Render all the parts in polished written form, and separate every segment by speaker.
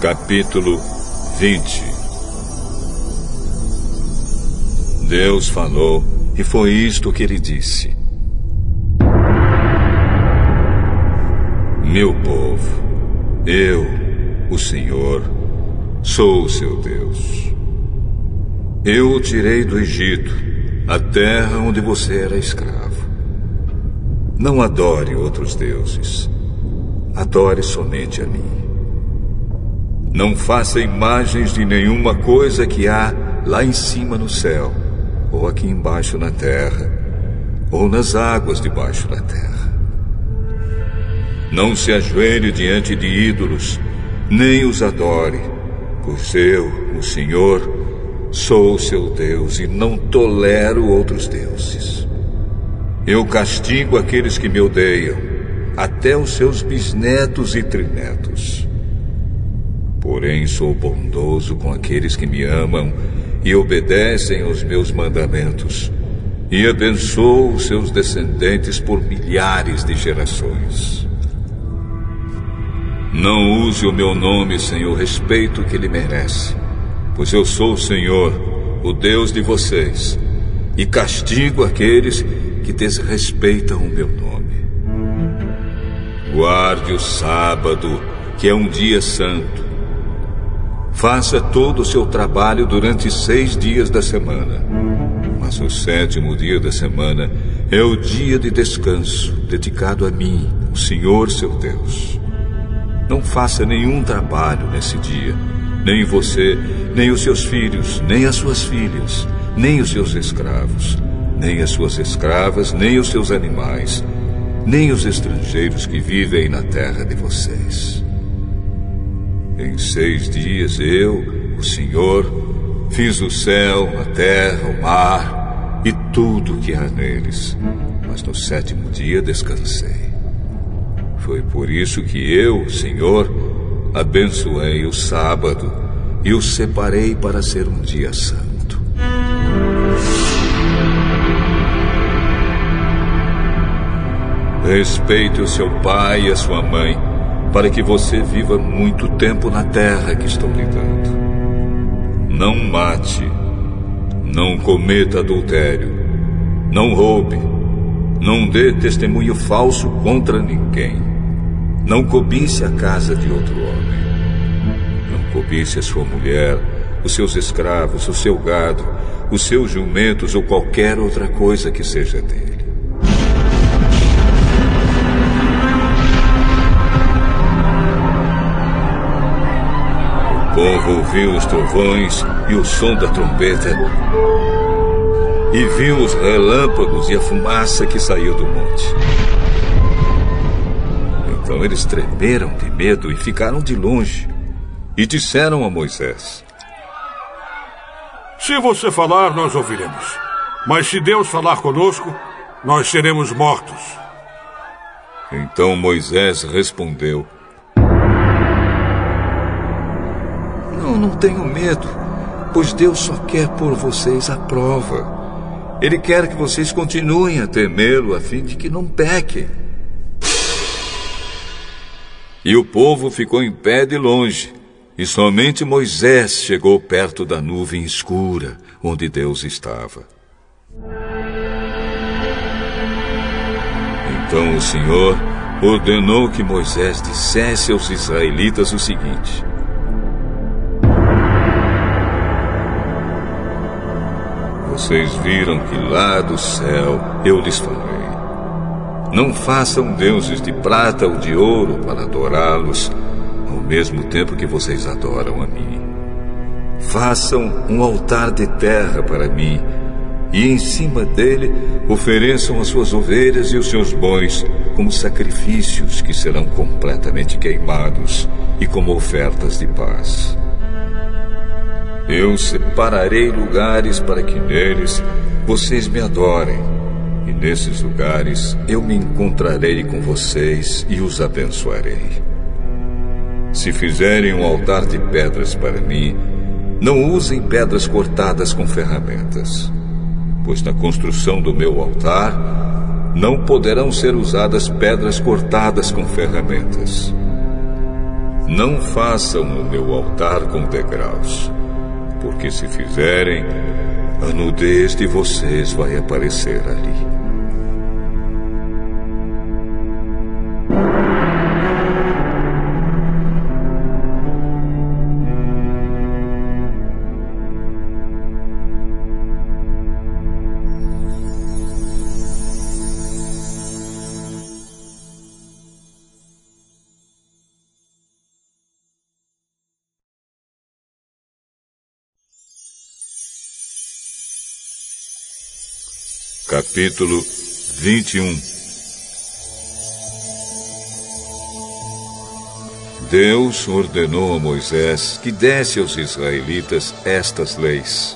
Speaker 1: Capítulo 20. Deus falou, e foi isto que ele disse: Meu povo, eu, o Senhor, sou o seu Deus. Eu o tirei do Egito, a terra onde você era escravo. Não adore outros deuses. Adore somente a mim. Não faça imagens de nenhuma coisa que há lá em cima no céu, ou aqui embaixo na terra, ou nas águas debaixo da terra. Não se ajoelhe diante de ídolos, nem os adore, pois eu, o Senhor, sou o seu Deus e não tolero outros deuses. Eu castigo aqueles que me odeiam, até os seus bisnetos e trinetos. Porém, sou bondoso com aqueles que me amam e obedecem aos meus mandamentos, e abençoo os seus descendentes por milhares de gerações. Não use o meu nome sem o respeito que ele merece, pois eu sou o Senhor, o Deus de vocês, e castigo aqueles que desrespeitam o meu nome. Guarde o sábado, que é um dia santo. Faça todo o seu trabalho durante 6 dias da semana. Mas o 7º dia da semana é o dia de descanso, dedicado a mim, o Senhor seu Deus. Não faça nenhum trabalho nesse dia, nem você, nem os seus filhos, nem as suas filhas, nem os seus escravos, nem as suas escravas, nem os seus animais, nem os estrangeiros que vivem na terra de vocês. Em 6 dias eu, o Senhor, fiz o céu, a terra, o mar e tudo o que há neles. Mas no 7º dia descansei. Foi por isso que eu, Senhor, abençoei o sábado e o separei para ser um dia santo. Respeite o seu pai e a sua mãe, para que você viva muito tempo na terra que estou lhe dando. Não mate, não cometa adultério, não roube, não dê testemunho falso contra ninguém, não cobice a casa de outro homem, não cobice a sua mulher, os seus escravos, o seu gado, os seus jumentos ou qualquer outra coisa que seja dele. O povo ouviu os trovões e o som da trombeta, e viu os relâmpagos e a fumaça que saiu do monte. Então eles tremeram de medo e ficaram de longe, e disseram a Moisés:
Speaker 2: Se você falar, nós ouviremos. Mas se Deus falar conosco, nós seremos mortos.
Speaker 1: Então Moisés respondeu: Não tenho medo, pois Deus só quer pôr vocês à prova. Ele quer que vocês continuem a temê-lo, a fim de que não pequem. E o povo ficou em pé de longe, e somente Moisés chegou perto da nuvem escura, onde Deus estava. Então o Senhor ordenou que Moisés dissesse aos israelitas o seguinte: Vocês viram que lá do céu eu lhes falei: Não façam deuses de prata ou de ouro para adorá-los, ao mesmo tempo que vocês adoram a mim. Façam um altar de terra para mim, e em cima dele ofereçam as suas ovelhas e os seus bois como sacrifícios que serão completamente queimados e como ofertas de paz. Eu separarei lugares para que neles vocês me adorem, e nesses lugares eu me encontrarei com vocês e os abençoarei. Se fizerem um altar de pedras para mim, não usem pedras cortadas com ferramentas, pois na construção do meu altar não poderão ser usadas pedras cortadas com ferramentas. não façam o meu altar com degraus, porque se fizerem, a nudez de vocês vai aparecer ali. Capítulo 21. Deus ordenou a Moisés que desse aos israelitas estas leis.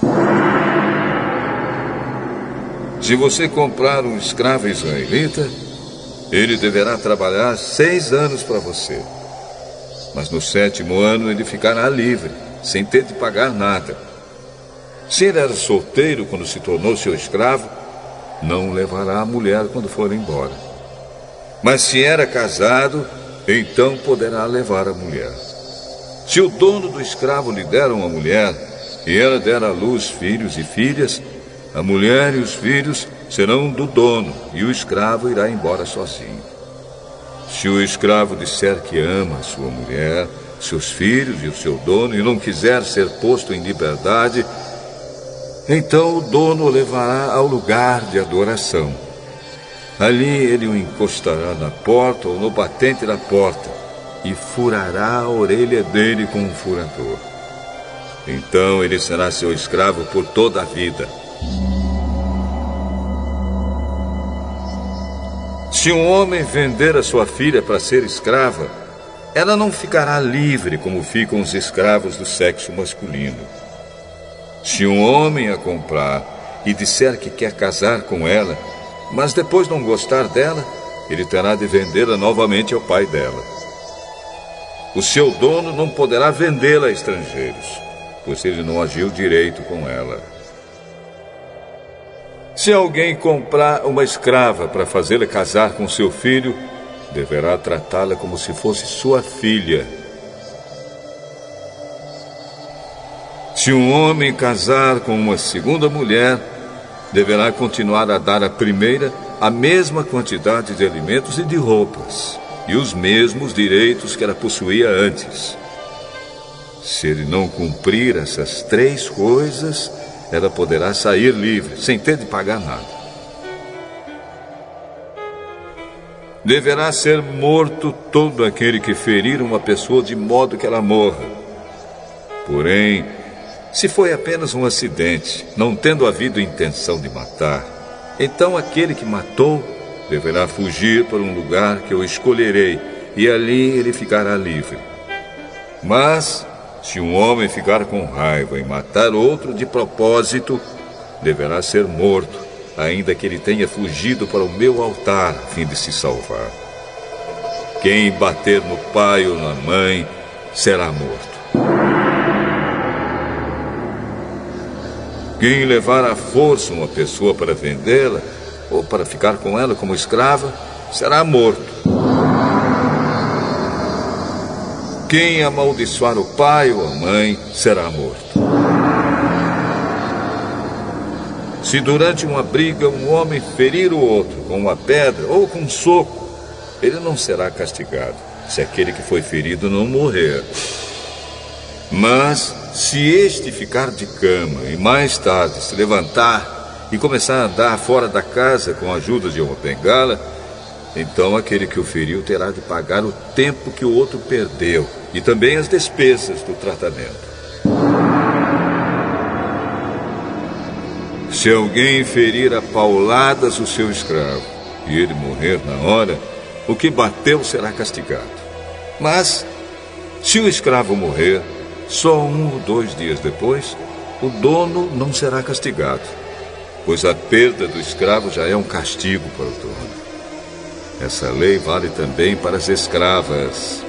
Speaker 1: Se você comprar um escravo israelita, ele deverá trabalhar 6 anos para você. Mas no 7º ano ele ficará livre, sem ter de pagar nada. Se ele era solteiro quando se tornou seu escravo, não levará a mulher quando for embora. Mas se era casado, então poderá levar a mulher. Se o dono do escravo lhe der uma mulher, e ela der à luz filhos e filhas, a mulher e os filhos serão do dono, e o escravo irá embora sozinho. Se o escravo disser que ama a sua mulher, seus filhos e o seu dono, e não quiser ser posto em liberdade, então o dono o levará ao lugar de adoração. Ali ele o encostará na porta ou no batente da porta e furará a orelha dele com um furador. Então ele será seu escravo por toda a vida. Se um homem vender a sua filha para ser escrava, ela não ficará livre como ficam os escravos do sexo masculino. Se um homem a comprar e disser que quer casar com ela, mas depois não gostar dela, ele terá de vendê-la novamente ao pai dela. O seu dono não poderá vendê-la a estrangeiros, pois ele não agiu direito com ela. Se alguém comprar uma escrava para fazê-la casar com seu filho, deverá tratá-la como se fosse sua filha. Se um homem casar com uma segunda mulher, deverá continuar a dar à primeira a mesma quantidade de alimentos e de roupas, e os mesmos direitos que ela possuía antes. Se ele não cumprir essas 3 coisas, ela poderá sair livre, sem ter de pagar nada. Deverá ser morto todo aquele que ferir uma pessoa de modo que ela morra. Porém, se foi apenas um acidente, não tendo havido intenção de matar, então aquele que matou deverá fugir para um lugar que eu escolherei, e ali ele ficará livre. Mas, se um homem ficar com raiva e matar outro de propósito, deverá ser morto, ainda que ele tenha fugido para o meu altar a fim de se salvar. Quem bater no pai ou na mãe será morto. Quem levar à força uma pessoa para vendê-la, ou para ficar com ela como escrava, será morto. Quem amaldiçoar o pai ou a mãe, será morto. Se durante uma briga um homem ferir o outro com uma pedra ou com um soco, ele não será castigado, se aquele que foi ferido não morrer. Mas, se este ficar de cama e mais tarde se levantar e começar a andar fora da casa com a ajuda de uma bengala, então aquele que o feriu terá de pagar o tempo que o outro perdeu e também as despesas do tratamento. Se alguém ferir a pauladas o seu escravo e ele morrer na hora, o que bateu será castigado. Mas, se o escravo morrer, só 1 ou 2 dias depois, o dono não será castigado, pois a perda do escravo já é um castigo para o dono. Essa lei vale também para as escravas.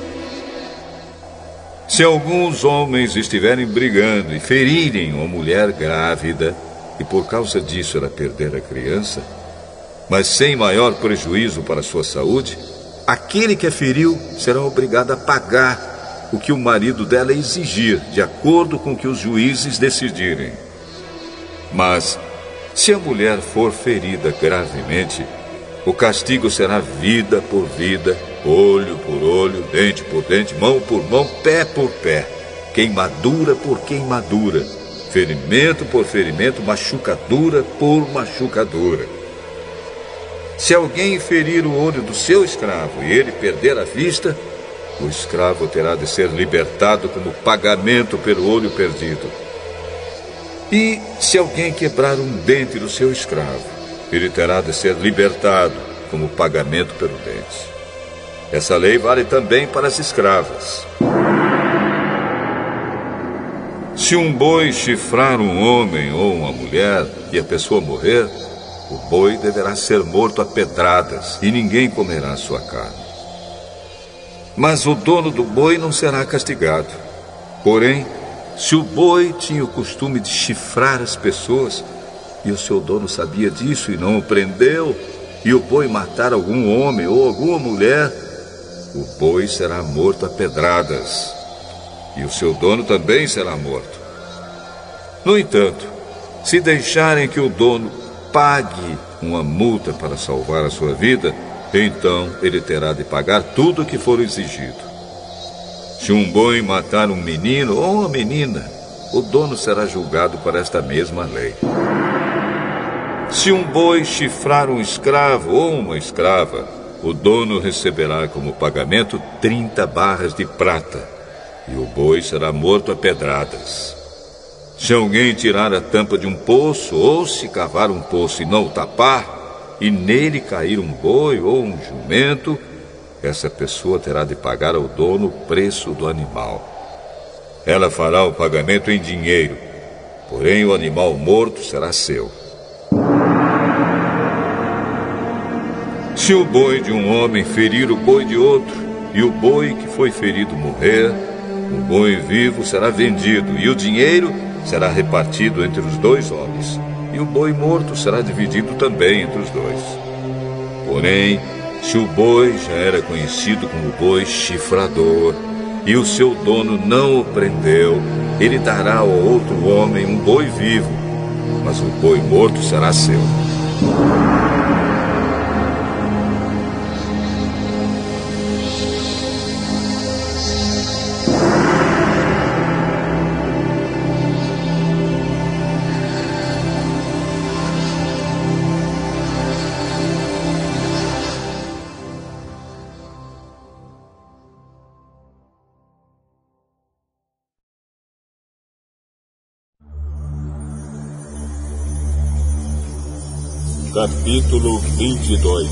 Speaker 1: Se alguns homens estiverem brigando e ferirem uma mulher grávida, e por causa disso ela perder a criança, mas sem maior prejuízo para a sua saúde, aquele que a feriu será obrigado a pagar o que o marido dela exigir, de acordo com o que os juízes decidirem. Mas, se a mulher for ferida gravemente, o castigo será vida por vida, olho por olho, dente por dente, mão por mão, pé por pé, queimadura por queimadura, ferimento por ferimento, machucadura por machucadura. Se alguém ferir o olho do seu escravo e ele perder a vista, o escravo terá de ser libertado como pagamento pelo olho perdido. E se alguém quebrar um dente do seu escravo, ele terá de ser libertado como pagamento pelo dente. Essa lei vale também para as escravas. Se um boi chifrar um homem ou uma mulher e a pessoa morrer, o boi deverá ser morto a pedradas e ninguém comerá sua carne. Mas o dono do boi não será castigado. Porém, se o boi tinha o costume de chifrar as pessoas e o seu dono sabia disso e não o prendeu, e o boi matar algum homem ou alguma mulher, o boi será morto a pedradas e o seu dono também será morto. No entanto, se deixarem que o dono pague uma multa para salvar a sua vida, então ele terá de pagar tudo o que for exigido. Se um boi matar um menino ou uma menina, o dono será julgado por esta mesma lei. Se um boi chifrar um escravo ou uma escrava, o dono receberá como pagamento 30 barras de prata, e o boi será morto a pedradas. Se alguém tirar a tampa de um poço, ou se cavar um poço e não o tapar, e nele cair um boi ou um jumento, essa pessoa terá de pagar ao dono o preço do animal. Ela fará o pagamento em dinheiro, porém o animal morto será seu. Se o boi de um homem ferir o boi de outro, e o boi que foi ferido morrer, o boi vivo será vendido, e o dinheiro será repartido entre os dois homens, e o boi morto será dividido também entre os dois. Porém, se o boi já era conhecido como boi chifrador, e o seu dono não o prendeu, ele dará ao outro homem um boi vivo, mas o boi morto será seu.
Speaker 2: Capítulo 22.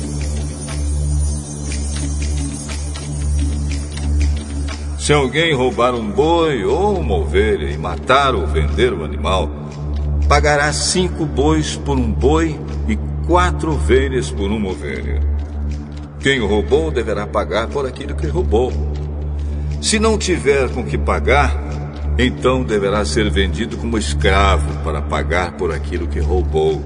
Speaker 1: Se alguém roubar um boi ou uma ovelha e matar ou vender o animal, pagará 5 bois por um boi e 4 ovelhas por uma ovelha. Quem roubou deverá pagar por aquilo que roubou. Se não tiver com que pagar, então deverá ser vendido como escravo para pagar por aquilo que roubou.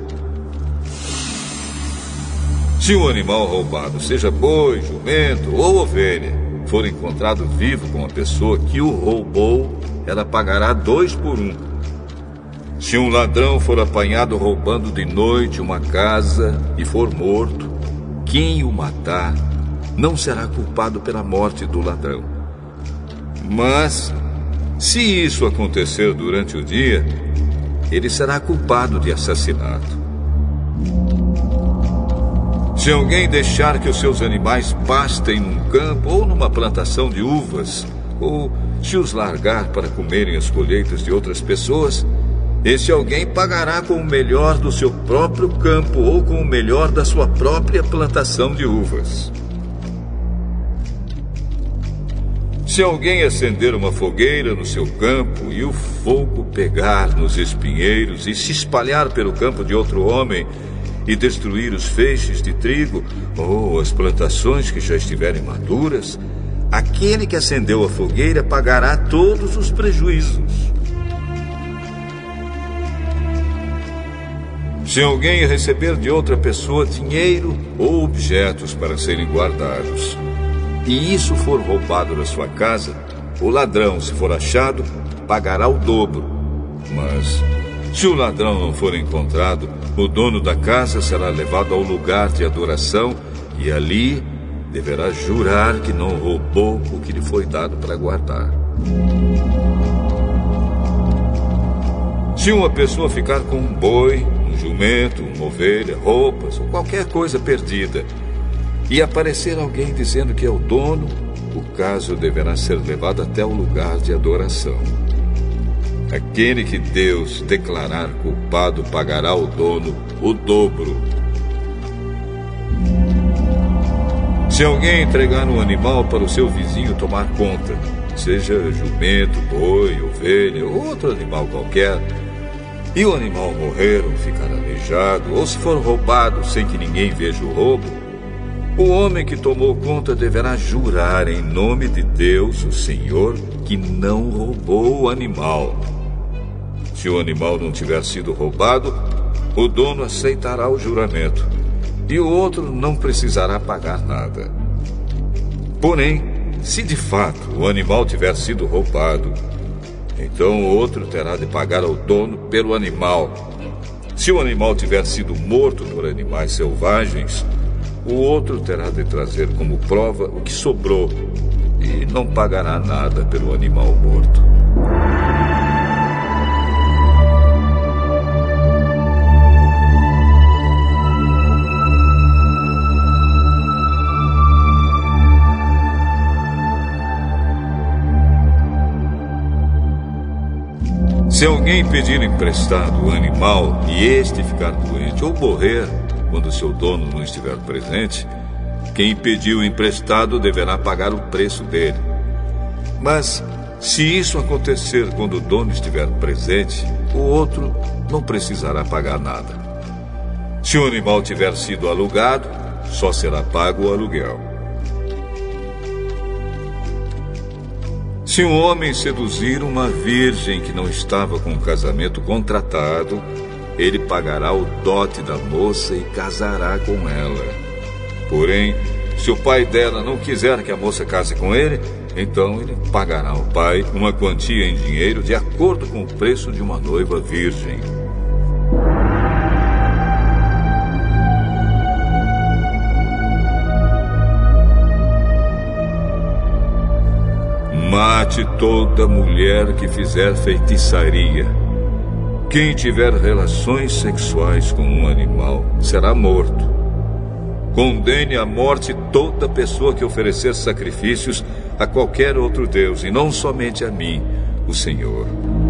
Speaker 1: Se um animal roubado, seja boi, jumento ou ovelha, for encontrado vivo com a pessoa que o roubou, ela pagará 2 por 1. Se um ladrão for apanhado roubando de noite uma casa e for morto, quem o matar não será culpado pela morte do ladrão. Mas, se isso acontecer durante o dia, ele será culpado de assassinato. Se alguém deixar que os seus animais pastem num campo ou numa plantação de uvas, ou se os largar para comerem as colheitas de outras pessoas, esse alguém pagará com o melhor do seu próprio campo ou com o melhor da sua própria plantação de uvas. Se alguém acender uma fogueira no seu campo e o fogo pegar nos espinheiros e se espalhar pelo campo de outro homem, e destruir os feixes de trigo ou as plantações que já estiverem maduras, aquele que acendeu a fogueira pagará todos os prejuízos. Se alguém receber de outra pessoa dinheiro ou objetos para serem guardados, e isso for roubado da sua casa, o ladrão, se for achado, pagará o dobro. Mas, se o ladrão não for encontrado, o dono da casa será levado ao lugar de adoração e ali deverá jurar que não roubou o que lhe foi dado para guardar. Se uma pessoa ficar com um boi, um jumento, uma ovelha, roupas ou qualquer coisa perdida, e aparecer alguém dizendo que é o dono, o caso deverá ser levado até o lugar de adoração. Aquele que Deus declarar culpado pagará ao dono o dobro. Se alguém entregar um animal para o seu vizinho tomar conta, seja jumento, boi, ovelha ou outro animal qualquer, e o animal morrer ou ficar aleijado, ou se for roubado sem que ninguém veja o roubo, o homem que tomou conta deverá jurar em nome de Deus, o Senhor, que não roubou o animal. Se o animal não tiver sido roubado, o dono aceitará o juramento e o outro não precisará pagar nada. Porém, se de fato o animal tiver sido roubado, então o outro terá de pagar ao dono pelo animal. Se o animal tiver sido morto por animais selvagens, o outro terá de trazer como prova o que sobrou e não pagará nada pelo animal morto. Se alguém pedir emprestado o animal e este ficar doente ou morrer quando seu dono não estiver presente, quem pediu o emprestado deverá pagar o preço dele. Mas, se isso acontecer quando o dono estiver presente, o outro não precisará pagar nada. Se o animal tiver sido alugado, só será pago o aluguel. Se um homem seduzir uma virgem que não estava com o casamento contratado, ele pagará o dote da moça e casará com ela. Porém, se o pai dela não quiser que a moça case com ele, então ele pagará ao pai uma quantia em dinheiro de acordo com o preço de uma noiva virgem. Mate toda mulher que fizer feitiçaria. Quem tiver relações sexuais com um animal será morto. Condene à morte toda pessoa que oferecer sacrifícios a qualquer outro Deus, e não somente a mim, o Senhor.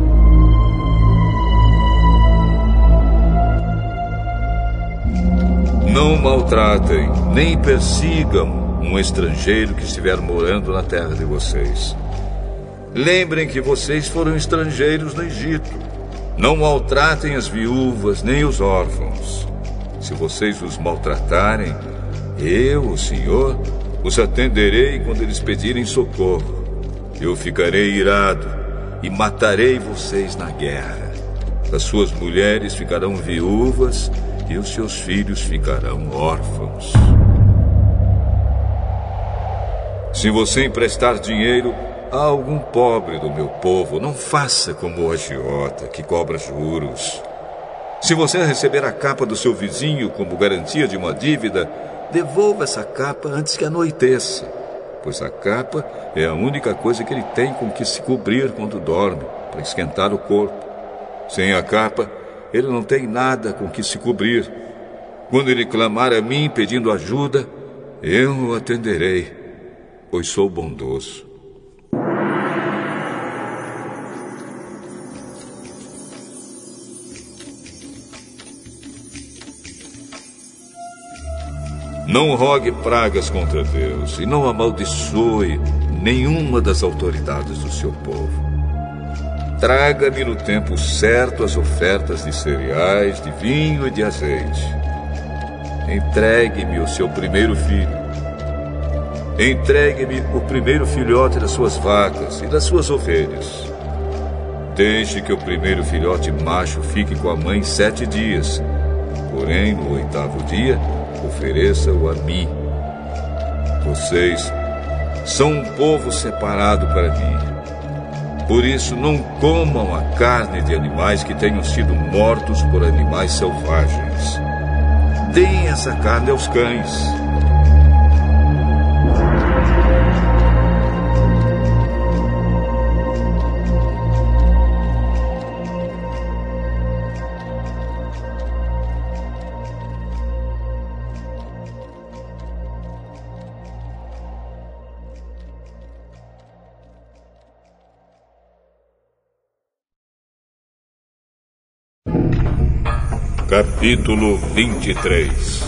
Speaker 1: Não maltratem, nem persigam um estrangeiro que estiver morando na terra de vocês. Lembrem que vocês foram estrangeiros no Egito. Não maltratem as viúvas nem os órfãos. Se vocês os maltratarem, eu, o Senhor, os atenderei quando eles pedirem socorro. Eu ficarei irado e matarei vocês na guerra. As suas mulheres ficarão viúvas e os seus filhos ficarão órfãos. Se você emprestar dinheiro a algum pobre do meu povo, não faça como o agiota, que cobra juros. Se você receber a capa do seu vizinho como garantia de uma dívida, devolva essa capa antes que anoiteça, pois a capa é a única coisa que ele tem com que se cobrir quando dorme, para esquentar o corpo. Sem a capa, ele não tem nada com que se cobrir. Quando ele clamar a mim pedindo ajuda, eu o atenderei, pois sou bondoso. Não rogue pragas contra Deus e não amaldiçoe nenhuma das autoridades do seu povo. Traga-me no tempo certo as ofertas de cereais, de vinho e de azeite. Entregue-me o seu primeiro filho. Entregue-me o primeiro filhote das suas vacas e das suas ovelhas. Deixe que o primeiro filhote macho fique com a mãe 7 dias, porém, no 8º dia, ofereça-o a mim. Vocês são um povo separado para mim. Por isso, não comam a carne de animais que tenham sido mortos por animais selvagens. Deem essa carne aos cães. Capítulo 23.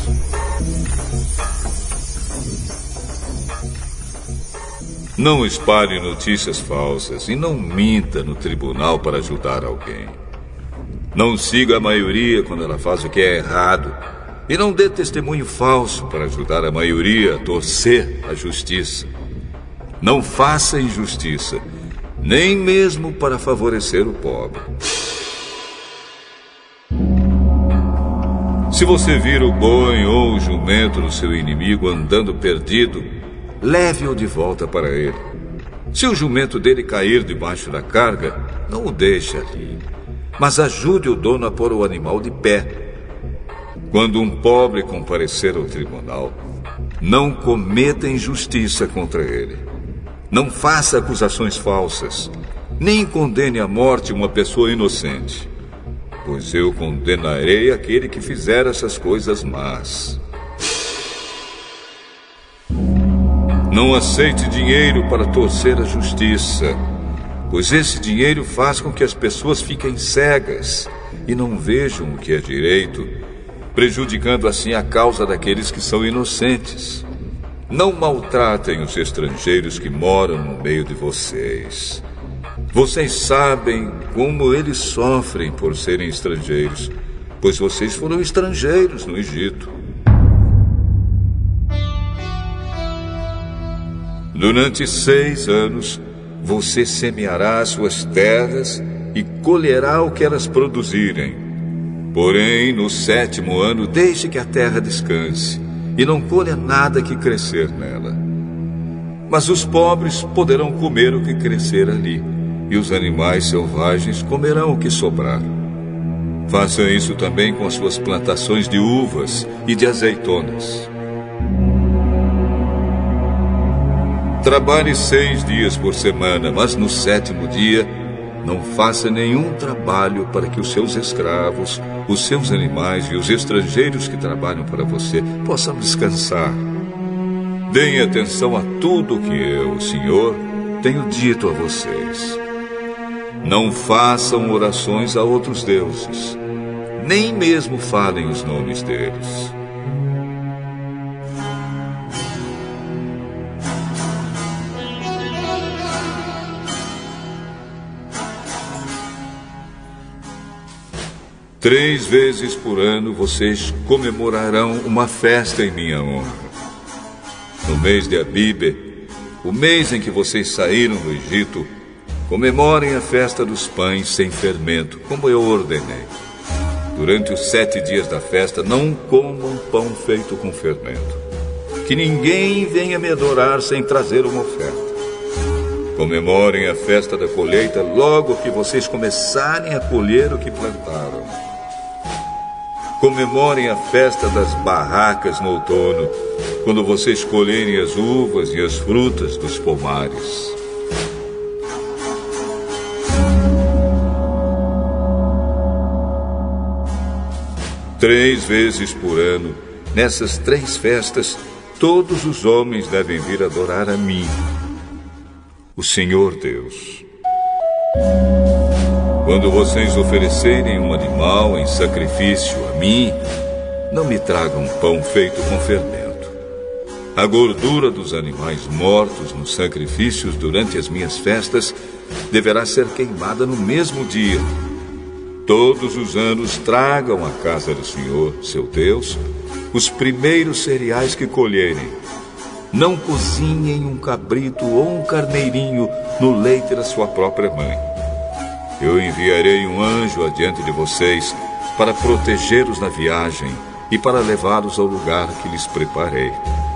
Speaker 1: Não espalhe notícias falsas e não minta no tribunal para ajudar alguém. Não siga a maioria quando ela faz o que é errado e não dê testemunho falso para ajudar a maioria a torcer a justiça. Não faça injustiça, nem mesmo para favorecer o pobre. Se você vir o boi ou o jumento do seu inimigo andando perdido, leve-o de volta para ele. Se o jumento dele cair debaixo da carga, não o deixe ali, mas ajude o dono a pôr o animal de pé. Quando um pobre comparecer ao tribunal, não cometa injustiça contra ele. Não faça acusações falsas, nem condene à morte uma pessoa inocente. Pois eu condenarei aquele que fizer essas coisas más. Não aceite dinheiro para torcer a justiça, pois esse dinheiro faz com que as pessoas fiquem cegas e não vejam o que é direito, prejudicando assim a causa daqueles que são inocentes. Não maltratem os estrangeiros que moram no meio de vocês. Vocês sabem como eles sofrem por serem estrangeiros, pois vocês foram estrangeiros no Egito. Durante 6 anos, você semeará suas terras e colherá o que elas produzirem. Porém, no 7º ano, deixe que a terra descanse e não colha nada que crescer nela. Mas os pobres poderão comer o que crescer ali, e os animais selvagens comerão o que sobrar. Façam isso também com as suas plantações de uvas e de azeitonas. Trabalhe 6 dias por semana, mas no 7º dia, não faça nenhum trabalho para que os seus escravos, os seus animais e os estrangeiros que trabalham para você possam descansar. Deem atenção a tudo que eu, o Senhor, tenho dito a vocês. Não façam orações a outros deuses, nem mesmo falem os nomes deles. Três vezes por ano vocês comemorarão uma festa em minha honra. No mês de Abíbe, o mês em que vocês saíram do Egito, comemorem a festa dos pães sem fermento, como eu ordenei. Durante os 7 dias da festa, não comam pão feito com fermento. Que ninguém venha me adorar sem trazer uma oferta. Comemorem a festa da colheita logo que vocês começarem a colher o que plantaram. Comemorem a festa das barracas no outono, quando vocês colherem as uvas e as frutas dos pomares. Três vezes por ano, nessas 3 festas, todos os homens devem vir adorar a mim, o Senhor Deus. Quando vocês oferecerem um animal em sacrifício a mim, não me tragam pão feito com fermento. A gordura dos animais mortos nos sacrifícios durante as minhas festas deverá ser queimada no mesmo dia. Todos os anos tragam à casa do Senhor, seu Deus, os primeiros cereais que colherem. Não cozinhem um cabrito ou um carneirinho no leite da sua própria mãe. Eu enviarei um anjo adiante de vocês para protegê-los na viagem e para levá-los ao lugar que lhes preparei.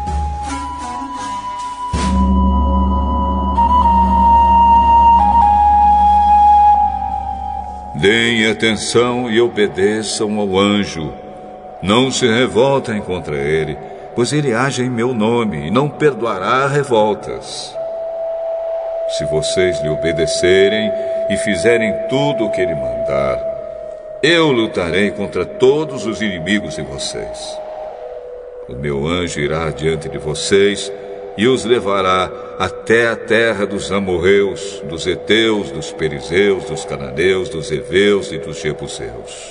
Speaker 1: Deem atenção e obedeçam ao anjo. Não se revoltem contra ele, pois ele age em meu nome e não perdoará revoltas. Se vocês lhe obedecerem e fizerem tudo o que ele mandar, eu lutarei contra todos os inimigos de vocês. O meu anjo irá adiante de vocês e os levará até a terra dos amorreus, dos heteus, dos perizeus, dos cananeus, dos heveus e dos jebuseus.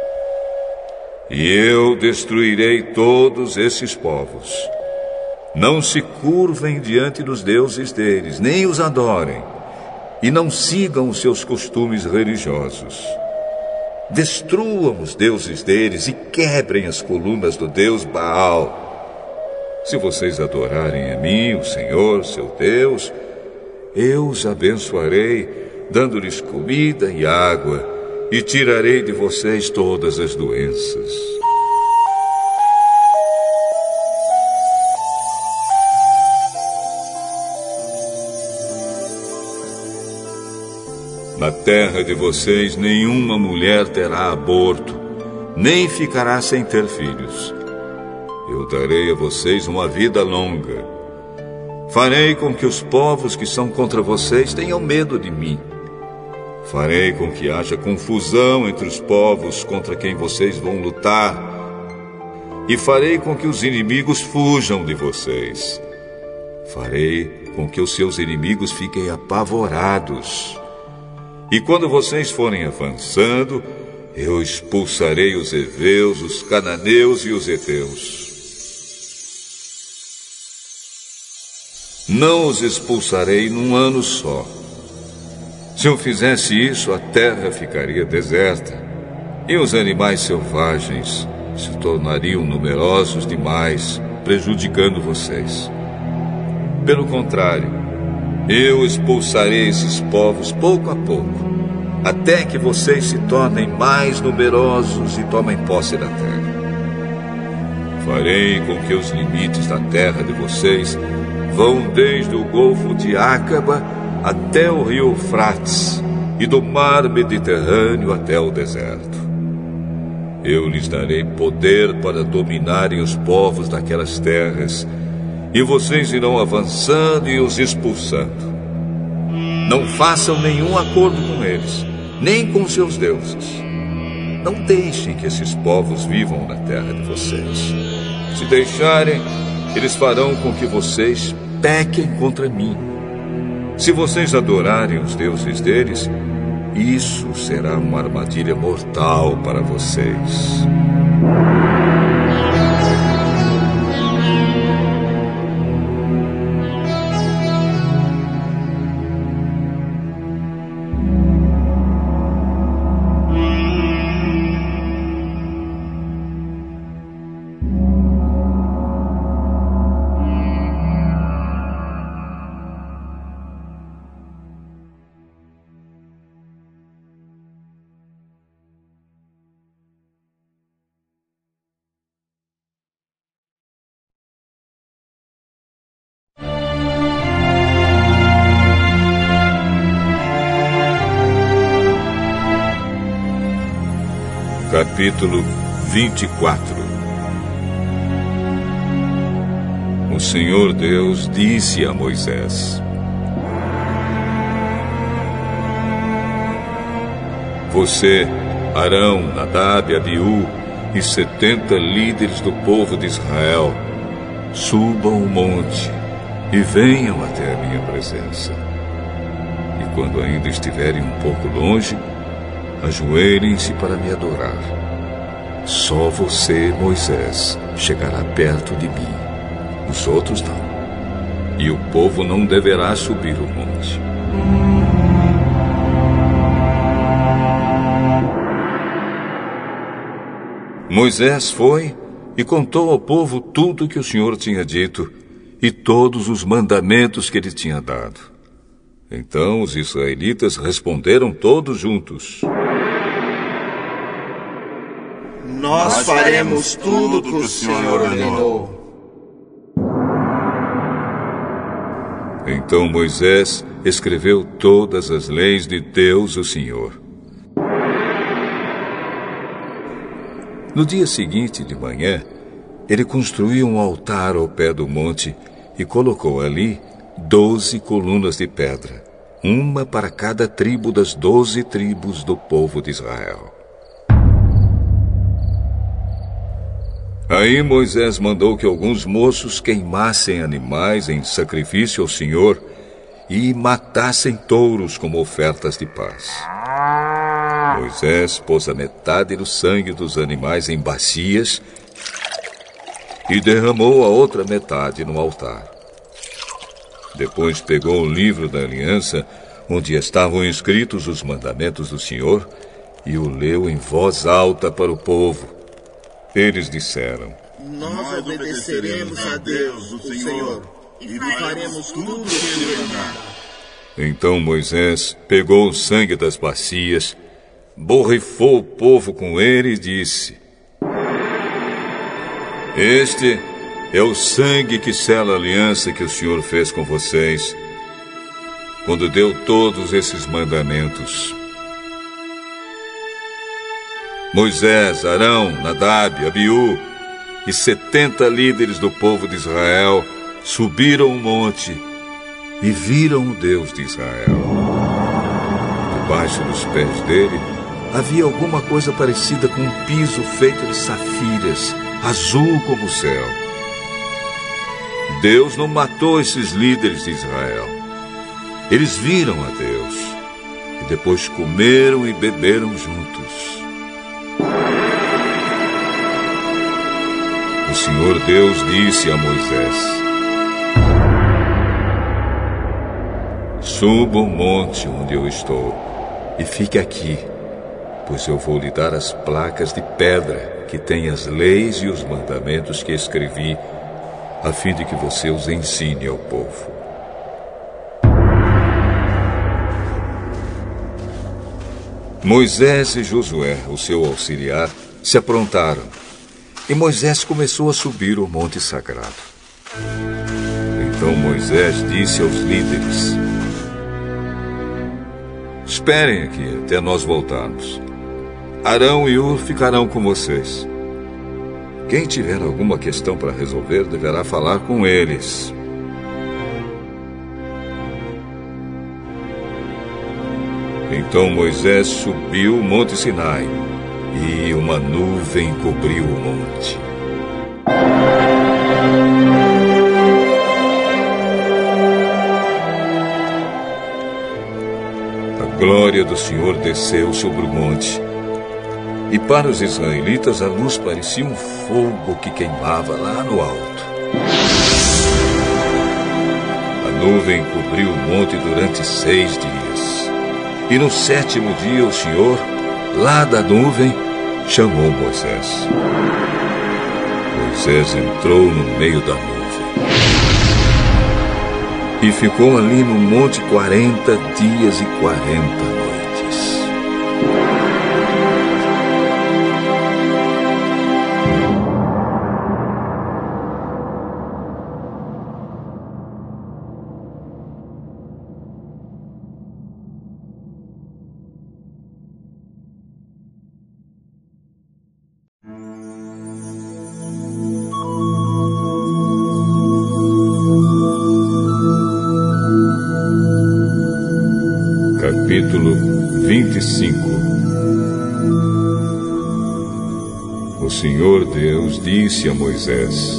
Speaker 1: E eu destruirei todos esses povos. Não se curvem diante dos deuses deles, nem os adorem, e não sigam os seus costumes religiosos. Destruam os deuses deles e quebrem as colunas do deus Baal. Se vocês adorarem a mim, o Senhor, seu Deus, eu os abençoarei, dando-lhes comida e água, e tirarei de vocês todas as doenças. Na terra de vocês, nenhuma mulher terá aborto, nem ficará sem ter filhos. Eu darei a vocês uma vida longa. Farei com que os povos que são contra vocês tenham medo de mim. Farei com que haja confusão entre os povos contra quem vocês vão lutar. E farei com que os inimigos fujam de vocês. Farei com que os seus inimigos fiquem apavorados. E quando vocês forem avançando, eu expulsarei os heveus, os cananeus e os heteus. Não os expulsarei num ano só. Se eu fizesse isso, a terra ficaria deserta, e os animais selvagens se tornariam numerosos demais, prejudicando vocês. Pelo contrário, eu expulsarei esses povos pouco a pouco, até que vocês se tornem mais numerosos e tomem posse da terra. Farei com que os limites da terra de vocês vão desde o Golfo de Ácaba até o rio Eufrates e do mar Mediterrâneo até o deserto. Eu lhes darei poder para dominarem os povos daquelas terras, e vocês irão avançando e os expulsando. Não façam nenhum acordo com eles, nem com seus deuses. Não deixem que esses povos vivam na terra de vocês. Se deixarem, eles farão com que vocês pequem contra mim. Se vocês adorarem os deuses deles, isso será uma armadilha mortal para vocês. Capítulo 24. O Senhor Deus disse a Moisés: Você, Arão, Nadab, Abiú e 70 líderes do povo de Israel, subam o monte e venham até a minha presença. E quando ainda estiverem um pouco longe, ajoelhem-se para me adorar. Só você, Moisés, chegará perto de mim. Os outros não. E o povo não deverá subir o monte. Moisés foi e contou ao povo tudo o que o Senhor tinha dito e todos os mandamentos que ele tinha dado. Então os israelitas responderam todos juntos:
Speaker 3: Nós faremos tudo o que o Senhor ordenou.
Speaker 1: Então Moisés escreveu todas as leis de Deus, o Senhor. No dia seguinte de manhã, ele construiu um altar ao pé do monte e colocou ali 12 colunas de pedra, uma para cada tribo das 12 tribos do povo de Israel. Aí Moisés mandou que alguns moços queimassem animais em sacrifício ao Senhor e matassem touros como ofertas de paz. Moisés pôs a metade do sangue dos animais em bacias e derramou a outra metade no altar. Depois pegou o livro da aliança, onde estavam escritos os mandamentos do Senhor, e o leu em voz alta para o povo. Eles disseram:
Speaker 3: Nós obedeceremos a Deus, o Senhor, e faremos tudo o que Ele mandar.
Speaker 1: Então Moisés pegou o sangue das bacias, borrifou o povo com ele e disse: Este é o sangue que sela a aliança que o Senhor fez com vocês, quando deu todos esses mandamentos. Moisés, Arão, Nadab, Abiú e 70 líderes do povo de Israel subiram o monte e viram o Deus de Israel. Debaixo dos pés dele havia alguma coisa parecida com um piso feito de safiras, azul como o céu. Deus não matou esses líderes de Israel. Eles viram a Deus e depois comeram e beberam juntos. O Senhor Deus disse a Moisés: Suba o monte onde eu estou e fique aqui, pois eu vou lhe dar as placas de pedra que têm as leis e os mandamentos que escrevi, a fim de que você os ensine ao povo. Moisés e Josué, o seu auxiliar, se aprontaram, e Moisés começou a subir o monte sagrado. Então Moisés disse aos líderes: Esperem aqui até nós voltarmos. Arão e Hur ficarão com vocês. Quem tiver alguma questão para resolver deverá falar com eles. Então Moisés subiu o monte Sinai e uma nuvem cobriu o monte. A glória do Senhor desceu sobre o monte. E para os israelitas a luz parecia um fogo que queimava lá no alto. A nuvem cobriu o monte durante 6 dias. E no 7º dia o Senhor, lá da nuvem, chamou Moisés. Moisés entrou no meio da nuvem e ficou ali no monte 40 dias e 40 noites. Capítulo 25. O Senhor Deus disse a Moisés: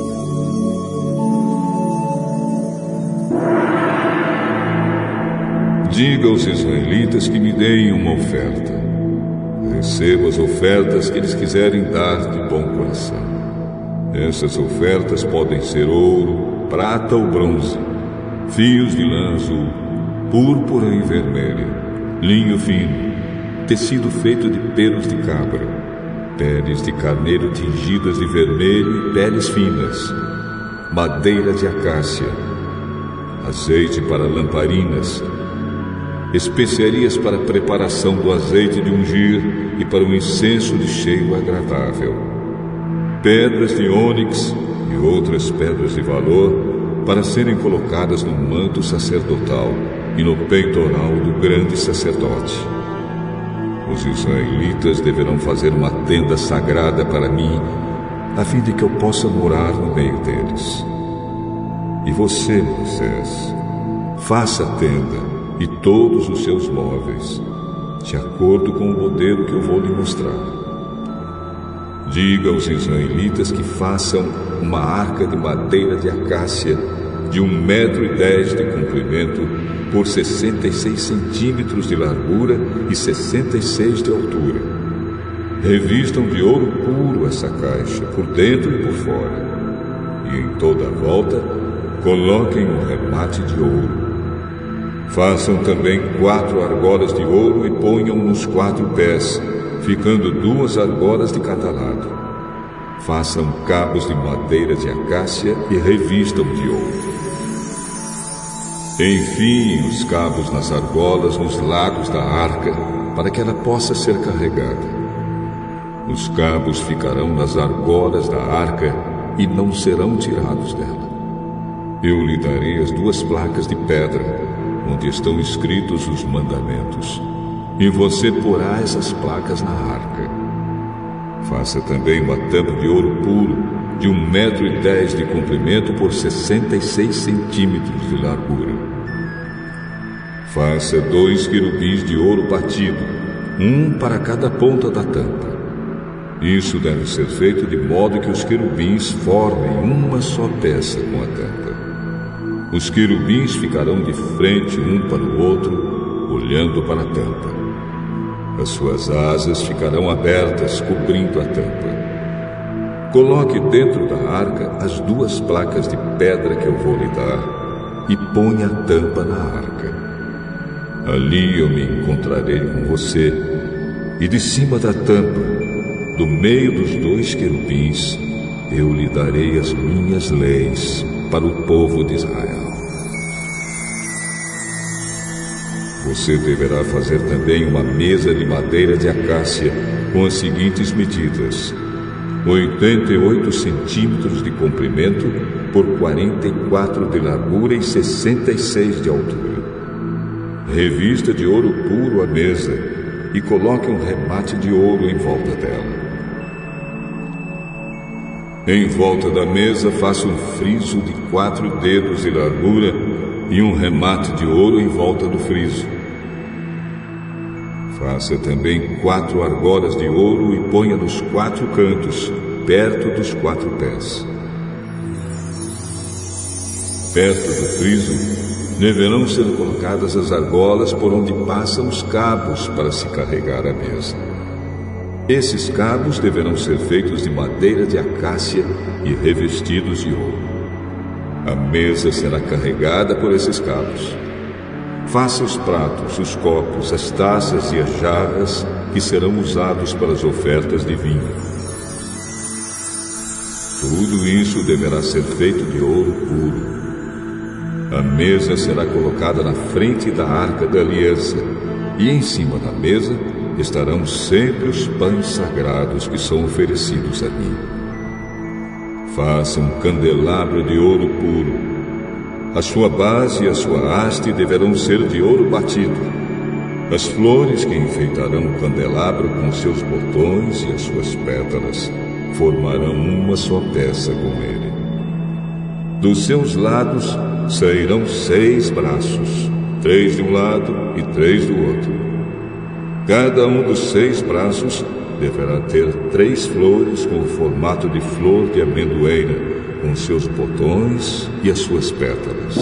Speaker 1: Diga aos israelitas que me deem uma oferta. Receba as ofertas que eles quiserem dar de bom coração. Essas ofertas podem ser ouro, prata ou bronze, fios de lã azul, púrpura e vermelha, linho fino, tecido feito de pelos de cabra, peles de carneiro tingidas de vermelho e peles finas, madeira de acácia, azeite para lamparinas, especiarias para a preparação do azeite de ungir e para o incenso de cheiro agradável, pedras de ônix e outras pedras de valor para serem colocadas no manto sacerdotal e no peitoral do grande sacerdote. Os israelitas deverão fazer uma tenda sagrada para mim, a fim de que eu possa morar no meio deles. E você, Moisés, faça a tenda e todos os seus móveis, de acordo com o modelo que eu vou lhe mostrar. Diga aos israelitas que façam uma arca de madeira de acácia de 1,10 metros de comprimento por 66 centímetros de largura e 66 de altura. Revistam de ouro puro essa caixa, por dentro e por fora, e em toda a volta coloquem um remate de ouro. Façam também 4 argolas de ouro e ponham nos 4 pés, ficando 2 argolas de cada lado. Façam cabos de madeira de acácia e revistam de ouro. Enfiem os cabos nas argolas nos lados da arca, para que ela possa ser carregada. Os cabos ficarão nas argolas da arca e não serão tirados dela. Eu lhe darei as 2 placas de pedra, onde estão escritos os mandamentos, e você porá essas placas na arca. Faça também uma tampa de ouro puro, de 1,10 metros de comprimento por 66 centímetros de largura. Faça 2 querubins de ouro batido, um para cada ponta da tampa. Isso deve ser feito de modo que os querubins formem uma só peça com a tampa. Os querubins ficarão de frente um para o outro, olhando para a tampa. As suas asas ficarão abertas, cobrindo a tampa. Coloque dentro da arca as 2 placas de pedra que eu vou lhe dar e ponha a tampa na arca. Ali eu me encontrarei com você, e de cima da tampa, do meio dos 2 querubins, eu lhe darei as minhas leis para o povo de Israel. Você deverá fazer também uma mesa de madeira de acácia com as seguintes medidas: 88 centímetros de comprimento por 44 de largura e 66 de altura. Revista de ouro puro a mesa e coloque um remate de ouro em volta dela. Em volta da mesa, faça um friso de 4 dedos de largura e um remate de ouro em volta do friso. Faça também 4 argolas de ouro e ponha nos 4 cantos, perto dos 4 pés. Perto do friso, deverão ser colocadas as argolas por onde passam os cabos para se carregar a mesa. Esses cabos deverão ser feitos de madeira de acácia e revestidos de ouro. A mesa será carregada por esses cabos. Faça os pratos, os copos, as taças e as jarras que serão usados para as ofertas de vinho. Tudo isso deverá ser feito de ouro puro. A mesa será colocada na frente da arca da aliança, e em cima da mesa estarão sempre os pães sagrados que são oferecidos a mim. Faça um candelabro de ouro puro. A sua base e a sua haste deverão ser de ouro batido. As flores que enfeitarão o candelabro com seus botões e as suas pétalas formarão uma só peça com ele. Dos seus lados sairão 6 braços, 3 de um lado e 3 do outro. Cada um dos 6 braços deverá ter 3 flores com o formato de flor de amendoeira, com seus botões e as suas pétalas.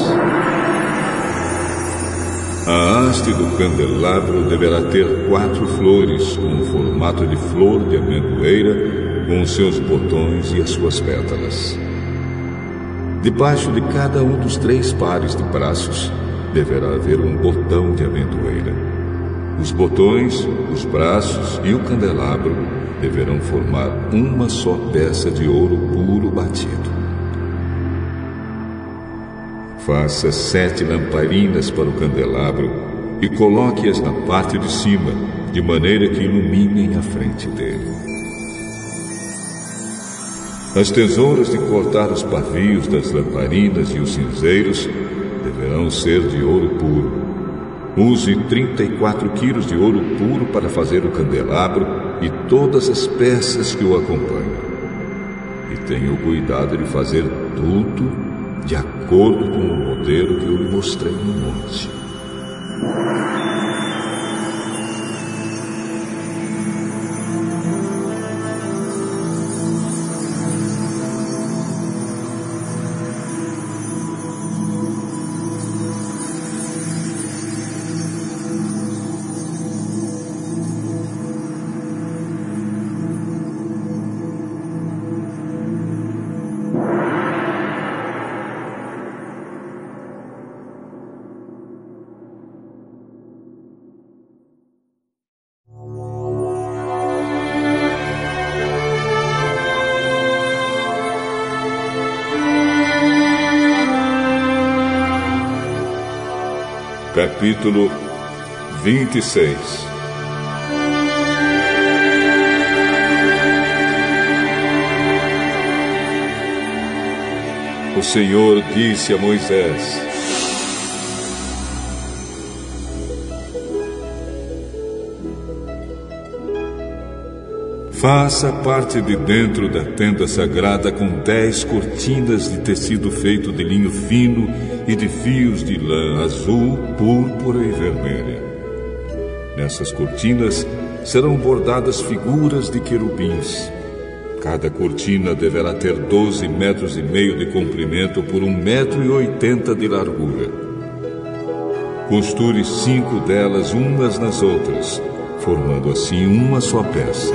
Speaker 1: A haste do candelabro deverá ter 4 flores com o formato de flor de amendoeira, com seus botões e as suas pétalas. Debaixo de cada um dos 3 pares de braços deverá haver um botão de amendoeira. Os botões, os braços e o candelabro deverão formar uma só peça de ouro puro batido. Faça 7 lamparinas para o candelabro e coloque-as na parte de cima, de maneira que iluminem a frente dele. As tesouras de cortar os pavios das lamparinas e os cinzeiros deverão ser de ouro puro. Use 34 quilos de ouro puro para fazer o candelabro e todas as peças que o acompanham. E tenha o cuidado de fazer tudo de acordo com o modelo que eu lhe mostrei no monte. Capítulo 26. O Senhor disse a Moisés: faça a parte de dentro da tenda sagrada com 10 cortinas de tecido feito de linho fino e de fios de lã azul, púrpura e vermelha. Nessas cortinas serão bordadas figuras de querubins. Cada cortina deverá ter 12,5 metros de comprimento por 1,80 metros de largura. Costure 5 delas umas nas outras, formando assim uma só peça.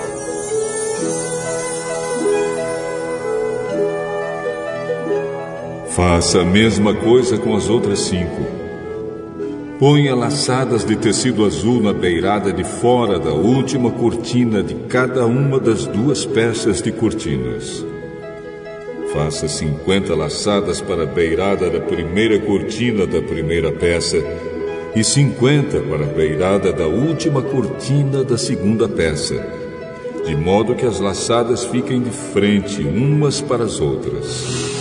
Speaker 1: Faça a mesma coisa com as outras 5. Ponha laçadas de tecido azul na beirada de fora da última cortina de cada uma das 2 peças de cortinas. Faça 50 laçadas para a beirada da primeira cortina da primeira peça e 50 para a beirada da última cortina da segunda peça, de modo que as laçadas fiquem de frente umas para as outras.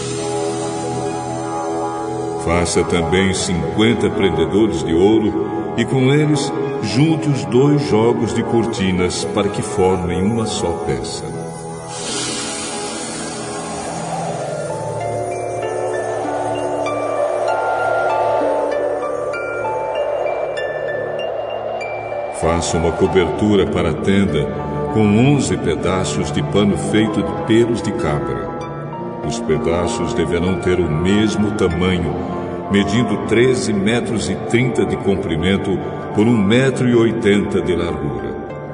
Speaker 1: Faça também 50 prendedores de ouro e com eles junte os 2 jogos de cortinas para que formem uma só peça. Faça uma cobertura para a tenda com 11 pedaços de pano feito de pelos de cabra. Os pedaços deverão ter o mesmo tamanho, medindo 13,30 metros de comprimento por 1,80 metro de largura.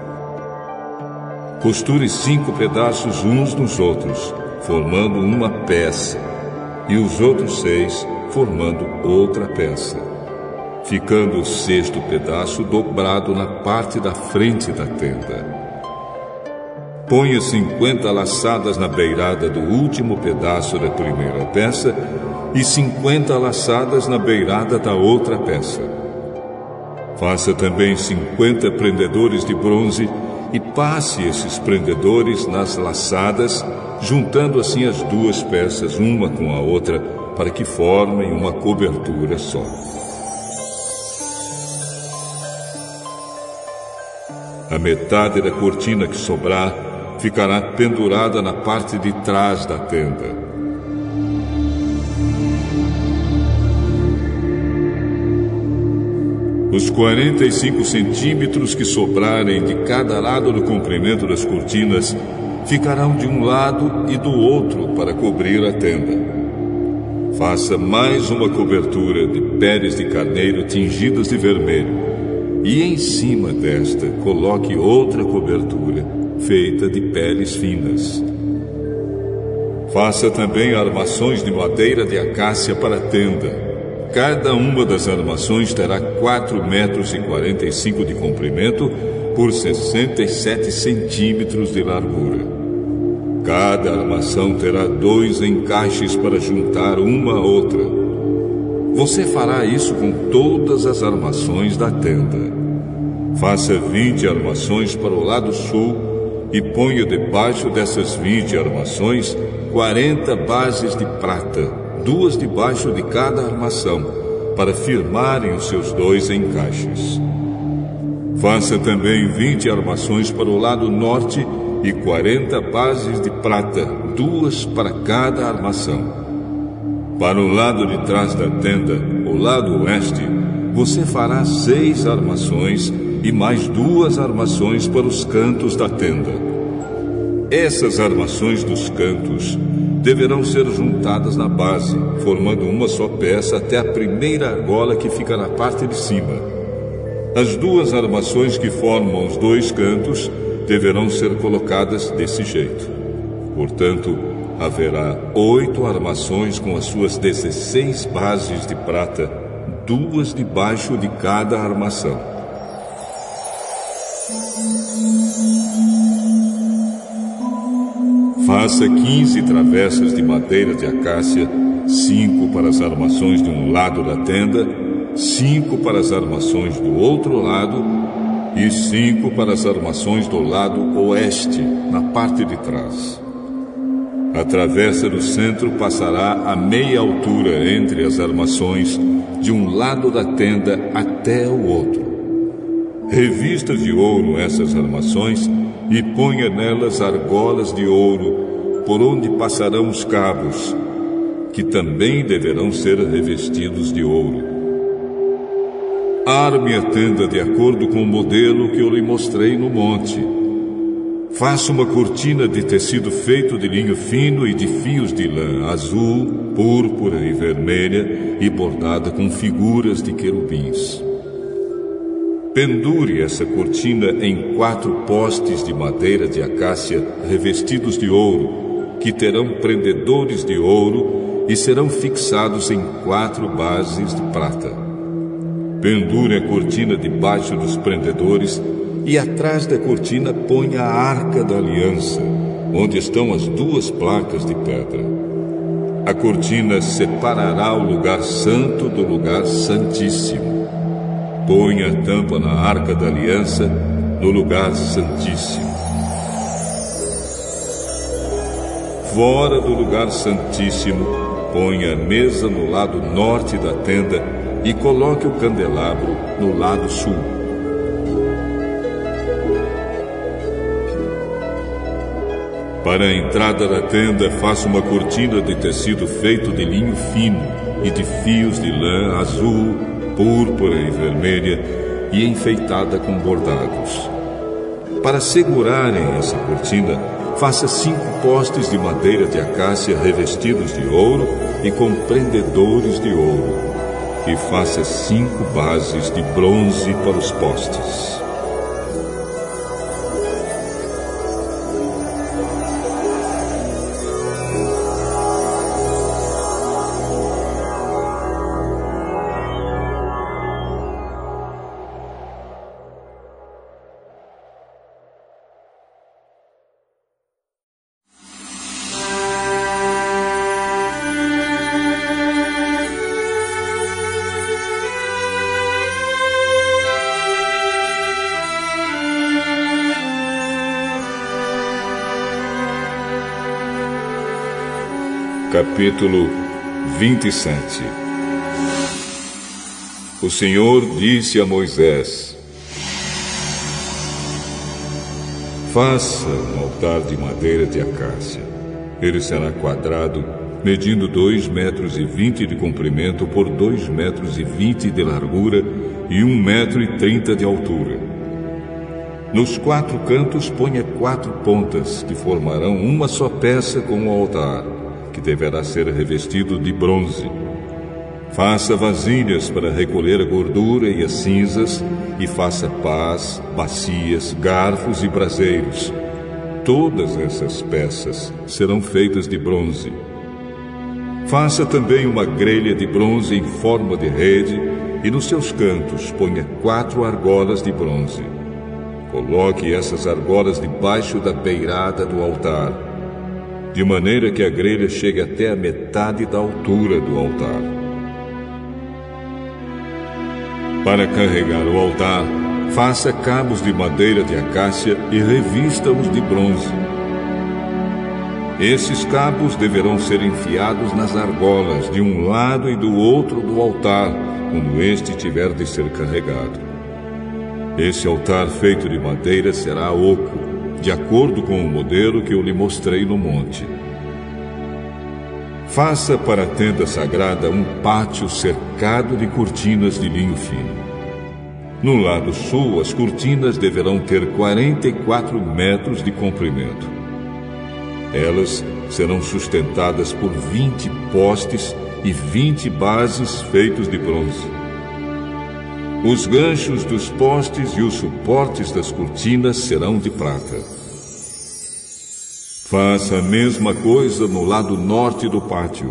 Speaker 1: Costure 5 pedaços uns nos outros, formando uma peça, e os outros 6 formando outra peça, ficando o 6º pedaço dobrado na parte da frente da tenda. Ponha 50 laçadas na beirada do último pedaço da primeira peça e 50 laçadas na beirada da outra peça. Faça também 50 prendedores de bronze e passe esses prendedores nas laçadas, juntando assim as 2 peças uma com a outra, para que formem uma cobertura só. A metade da cortina que sobrar ficará pendurada na parte de trás da tenda. Os 45 centímetros que sobrarem de cada lado do comprimento das cortinas ficarão de um lado e do outro para cobrir a tenda. Faça mais uma cobertura de peles de carneiro tingidas de vermelho e em cima desta coloque outra cobertura feita de peles finas. Faça também armações de madeira de acácia para a tenda. Cada uma das armações terá 4,45 metros de comprimento por 67 centímetros de largura. Cada armação terá 2 encaixes para juntar uma a outra. você fará isso com todas as armações da tenda. Faça 20 armações para o lado sul e ponha debaixo dessas 20 armações 40 bases de prata, 2 debaixo de cada armação, para firmarem os seus 2 encaixes. Faça também 20 armações para o lado norte e 40 bases de prata, 2 para cada armação. Para o lado de trás da tenda, o lado oeste, você fará 6 armações e mais 2 armações para os cantos da tenda. Essas armações dos cantos deverão ser juntadas na base, formando uma só peça até a primeira argola que fica na parte de cima. As 2 armações que formam os 2 cantos deverão ser colocadas desse jeito. Portanto, haverá 8 armações com as suas 16 bases de prata, 2 debaixo de cada armação. Faça 15 travessas de madeira de acácia, 5 para as armações de um lado da tenda, 5 para as armações do outro lado e 5 para as armações do lado oeste, na parte de trás. A travessa do centro passará a meia altura entre as armações de um lado da tenda até o outro. Revista de ouro essas armações e ponha nelas argolas de ouro, por onde passarão os cabos, que também deverão ser revestidos de ouro. Arme a tenda de acordo com o modelo que eu lhe mostrei no monte. Faça uma cortina de tecido feito de linho fino e de fios de lã azul, púrpura e vermelha e bordada com figuras de querubins. Pendure essa cortina em 4 postes de madeira de acácia revestidos de ouro, que terão prendedores de ouro e serão fixados em 4 bases de prata. Pendure a cortina debaixo dos prendedores e atrás da cortina ponha a Arca da Aliança, onde estão as 2 placas de pedra. A cortina separará o lugar santo do lugar santíssimo. Ponha a tampa na Arca da Aliança, no lugar santíssimo. Fora do lugar santíssimo, ponha a mesa no lado norte da tenda e coloque o candelabro no lado sul. Para a entrada da tenda, faça uma cortina de tecido feito de linho fino e de fios de lã azul, púrpura e vermelha e enfeitada com bordados. Para segurarem essa cortina, faça 5 postes de madeira de acácia revestidos de ouro e com prendedores de ouro. E faça 5 bases de bronze para os postes. Capítulo 27. O Senhor disse a Moisés: faça um altar de madeira de acácia. Ele será quadrado, medindo 2,20 metros de comprimento por 2,20 metros de largura e 1,30 metro de altura. Nos 4 cantos ponha 4 pontas, que formarão uma só peça com o altar, que deverá ser revestido de bronze. Faça vasilhas para recolher a gordura e as cinzas, e faça pás, bacias, garfos e braseiros. Todas essas peças serão feitas de bronze. Faça também uma grelha de bronze em forma de rede, e nos seus cantos ponha 4 argolas de bronze. Coloque essas argolas debaixo da beirada do altar, de maneira que a grelha chegue até a metade da altura do altar. Para carregar o altar, faça cabos de madeira de acácia e revista-os de bronze. Esses cabos deverão ser enfiados nas argolas de um lado e do outro do altar, quando este tiver de ser carregado. Esse altar feito de madeira será oco, de acordo com o modelo que eu lhe mostrei no monte. Faça para a tenda sagrada um pátio cercado de cortinas de linho fino. No lado sul, as cortinas deverão ter 44 metros de comprimento. Elas serão sustentadas por 20 postes e 20 bases feitos de bronze. Os ganchos dos postes e os suportes das cortinas serão de prata. Faça a mesma coisa no lado norte do pátio.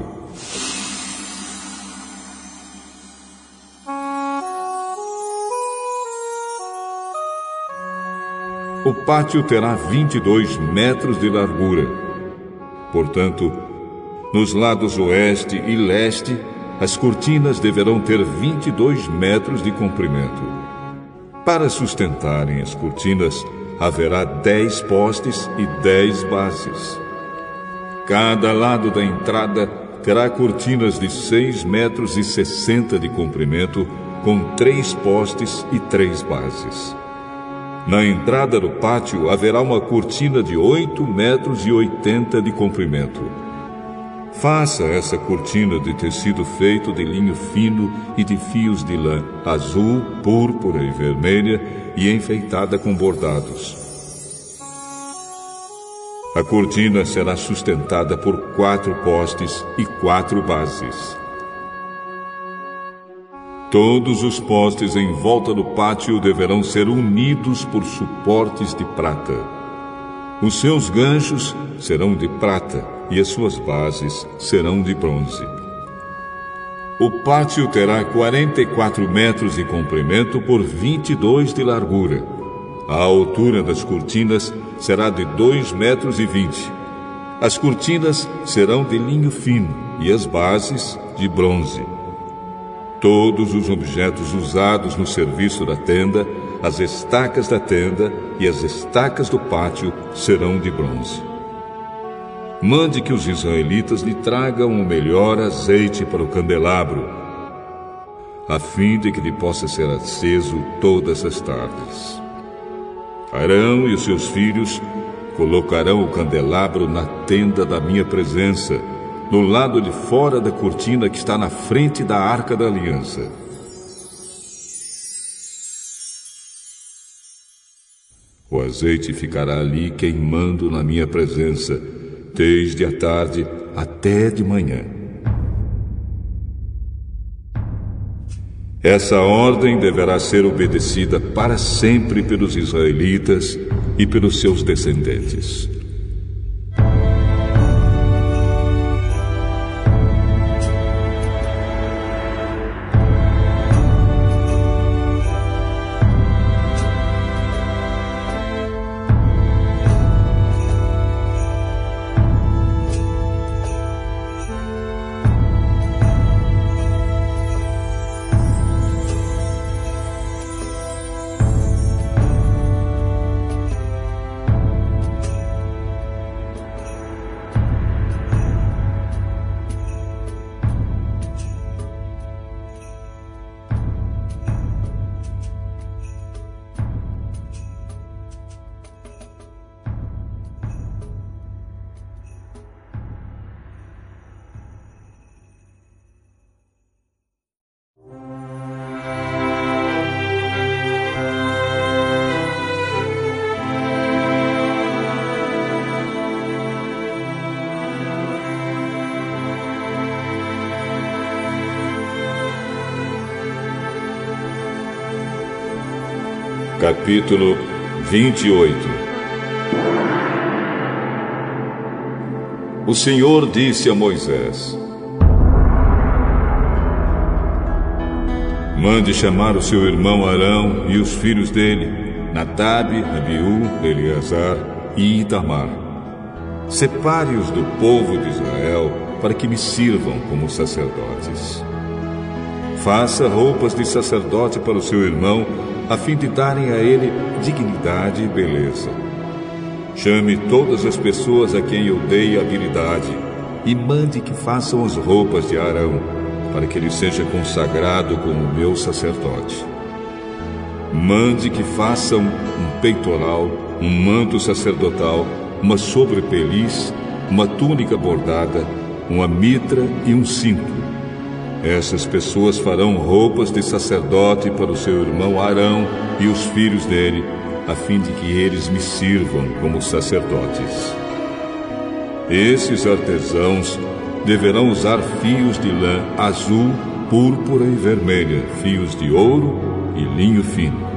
Speaker 1: O pátio terá 22 metros de largura. Portanto, nos lados oeste e leste, as cortinas deverão ter 22 metros de comprimento. Para sustentarem as cortinas, haverá 10 postes e 10 bases. Cada lado da entrada terá cortinas de 6,60 metros de comprimento, com 3 postes e 3 bases. Na entrada do pátio haverá uma cortina de 8,80 metros de comprimento. Faça essa cortina de tecido feito de linho fino e de fios de lã azul, púrpura e vermelha e enfeitada com bordados. A cortina será sustentada por 4 postes e 4 bases. Todos os postes em volta do pátio deverão ser unidos por suportes de prata. Os seus ganchos serão de prata e as suas bases serão de bronze. O pátio terá 44 metros de comprimento por 22 de largura. A altura das cortinas será de 2,20 metros. As cortinas serão de linho fino e as bases de bronze. Todos os objetos usados no serviço da tenda, as estacas da tenda e as estacas do pátio serão de bronze. Mande que os israelitas lhe tragam o melhor azeite para o candelabro, a fim de que lhe possa ser aceso todas as tardes. Arão e os seus filhos colocarão o candelabro na tenda da minha presença, no lado de fora da cortina que está na frente da Arca da Aliança. O azeite ficará ali queimando na minha presença, desde a tarde até de manhã. Essa ordem deverá ser obedecida para sempre pelos israelitas e pelos seus descendentes. Capítulo 28. O Senhor disse a Moisés: mande chamar o seu irmão Arão e os filhos dele, Nadab, Abiú, Eleazar e Itamar. Separe-os do povo de Israel para que me sirvam como sacerdotes. Faça roupas de sacerdote para o seu irmão, a fim de darem a ele dignidade e beleza. Chame todas as pessoas a quem eu dei habilidade e mande que façam as roupas de Arão, para que ele seja consagrado como meu sacerdote. Mande que façam um peitoral, um manto sacerdotal, uma sobrepeliz, uma túnica bordada, uma mitra e um cinto. Essas pessoas farão roupas de sacerdote para o seu irmão Arão e os filhos dele, a fim de que eles me sirvam como sacerdotes. Esses artesãos deverão usar fios de lã azul, púrpura e vermelha, fios de ouro e linho fino.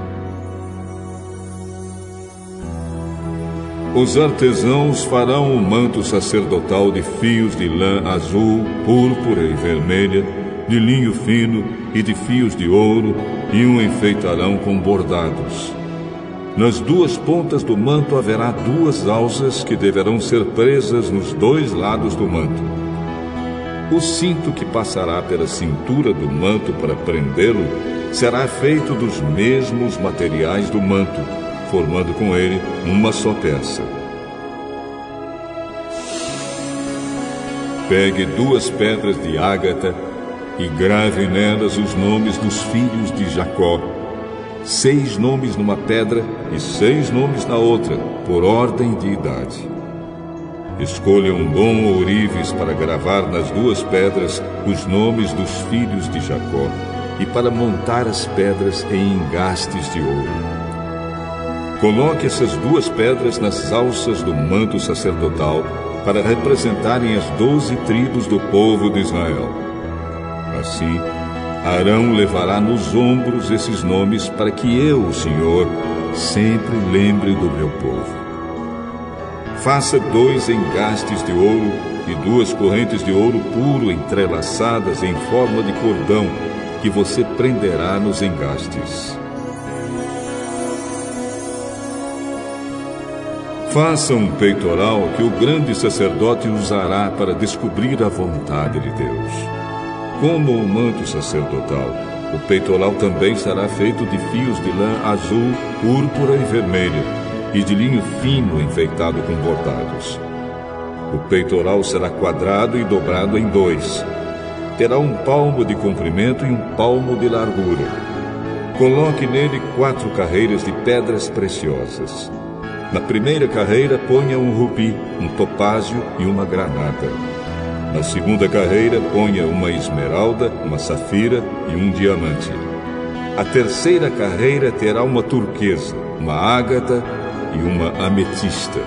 Speaker 1: Os artesãos farão um manto sacerdotal de fios de lã azul, púrpura e vermelha, de linho fino e de fios de ouro, e o enfeitarão com bordados. Nas duas pontas do manto haverá duas alças que deverão ser presas nos dois lados do manto. O cinto que passará pela cintura do manto para prendê-lo será feito dos mesmos materiais do manto, formando com ele uma só peça. Pegue 2 pedras de ágata e grave nelas os nomes dos filhos de Jacó, 6 nomes numa pedra e 6 nomes na outra, por ordem de idade. Escolha um bom ourives para gravar nas 2 pedras os nomes dos filhos de Jacó e para montar as pedras em engastes de ouro. Coloque essas 2 pedras nas alças do manto sacerdotal para representarem as 12 tribos do povo de Israel. Assim, Arão levará nos ombros esses nomes para que eu, o Senhor, sempre lembre do meu povo. Faça 2 engastes de ouro e 2 correntes de ouro puro entrelaçadas em forma de cordão, que você prenderá nos engastes. Faça um peitoral que o grande sacerdote usará para descobrir a vontade de Deus. Como o manto sacerdotal, o peitoral também será feito de fios de lã azul, púrpura e vermelha, e de linho fino enfeitado com bordados. O peitoral será quadrado e dobrado em 2. Terá 1 palmo de comprimento e 1 palmo de largura. Coloque nele 4 carreiras de pedras preciosas. Na primeira carreira, ponha um rubi, um topázio e uma granada. Na segunda carreira, ponha uma esmeralda, uma safira e um diamante. A terceira carreira terá uma turquesa, uma ágata e uma ametista.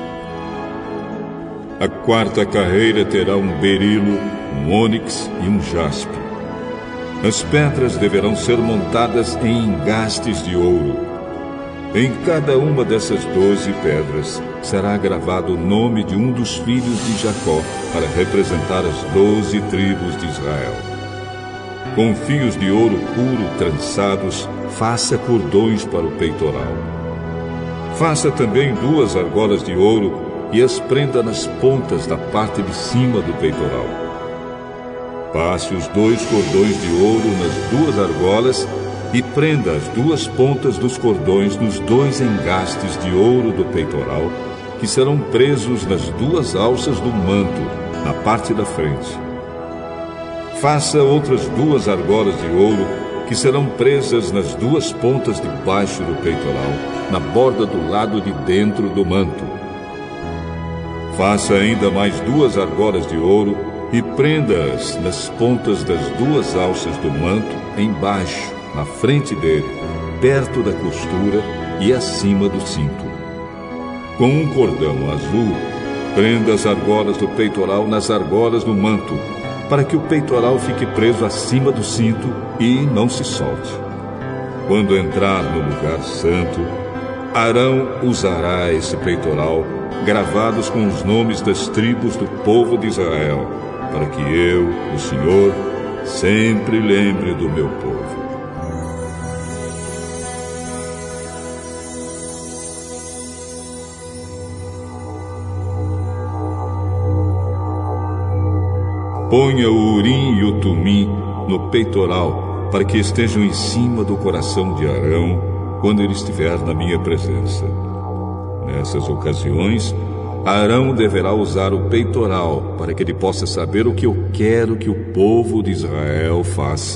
Speaker 1: A quarta carreira terá um berilo, um ônix e um jaspe. As pedras deverão ser montadas em engastes de ouro. Em cada uma dessas 12 pedras será gravado o nome de um dos filhos de Jacó para representar as 12 tribos de Israel. Com fios de ouro puro trançados, faça cordões para o peitoral. Faça também 2 argolas de ouro e as prenda nas pontas da parte de cima do peitoral. Passe os 2 cordões de ouro nas 2 argolas e prenda as 2 pontas dos cordões nos 2 engastes de ouro do peitoral, que serão presos nas 2 alças do manto, na parte da frente. Faça outras 2 argolas de ouro, que serão presas nas 2 pontas de baixo do peitoral, na borda do lado de dentro do manto. Faça ainda mais 2 argolas de ouro e prenda-as nas pontas das 2 alças do manto, embaixo, na frente dele, perto da costura e acima do cinto. Com um cordão azul, prenda as argolas do peitoral nas argolas do manto, para que o peitoral fique preso acima do cinto e não se solte. Quando entrar no lugar santo, Arão usará esse peitoral, gravados com os nomes das tribos do povo de Israel, para que eu, o Senhor, sempre lembre do meu povo. Ponha o Urim e o Tumim no peitoral, para que estejam em cima do coração de Arão, quando ele estiver na minha presença. Nessas ocasiões, Arão deverá usar o peitoral para que ele possa saber o que eu quero que o povo de Israel faça.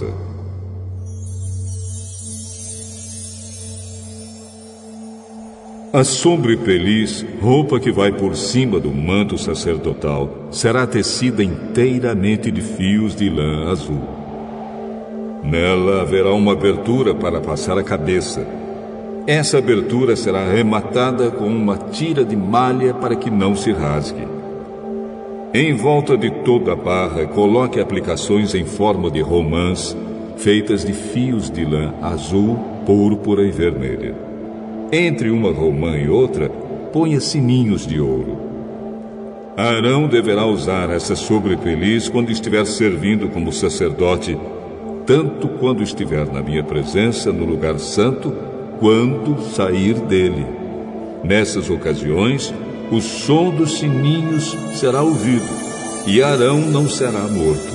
Speaker 1: A sobrepeliz, roupa que vai por cima do manto sacerdotal, será tecida inteiramente de fios de lã azul. Nela haverá uma abertura para passar a cabeça. Essa abertura será arrematada com uma tira de malha para que não se rasgue. Em volta de toda a barra, coloque aplicações em forma de romãs, feitas de fios de lã azul, púrpura e vermelha. Entre uma romã e outra, ponha sininhos de ouro. Arão deverá usar essa sobrepeliz quando estiver servindo como sacerdote, tanto quando estiver na minha presença no lugar santo, quando sair dele. Nessas ocasiões, o som dos sininhos será ouvido, e Arão não será morto.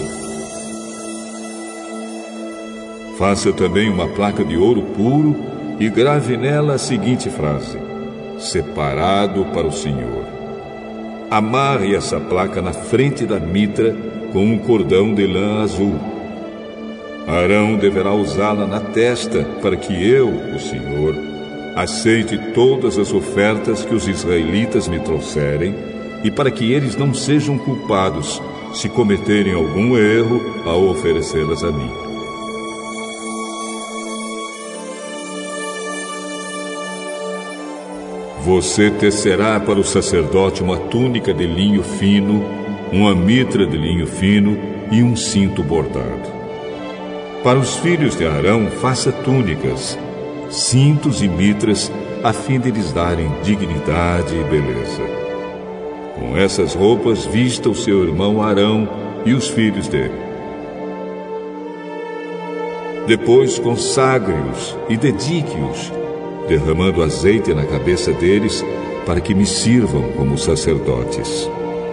Speaker 1: Faça também uma placa de ouro puro e grave nela a seguinte frase: separado para o Senhor. Amarre essa placa na frente da mitra com um cordão de lã azul. Arão deverá usá-la na testa para que eu, o Senhor, aceite todas as ofertas que os israelitas me trouxerem e para que eles não sejam culpados se cometerem algum erro ao oferecê-las a mim. Você tecerá para o sacerdote uma túnica de linho fino, uma mitra de linho fino e um cinto bordado. Para os filhos de Arão, faça túnicas, cintos e mitras, a fim de lhes darem dignidade e beleza. Com essas roupas, vista o seu irmão Arão e os filhos dele. Depois, consagre-os e dedique-os, derramando azeite na cabeça deles, para que me sirvam como sacerdotes.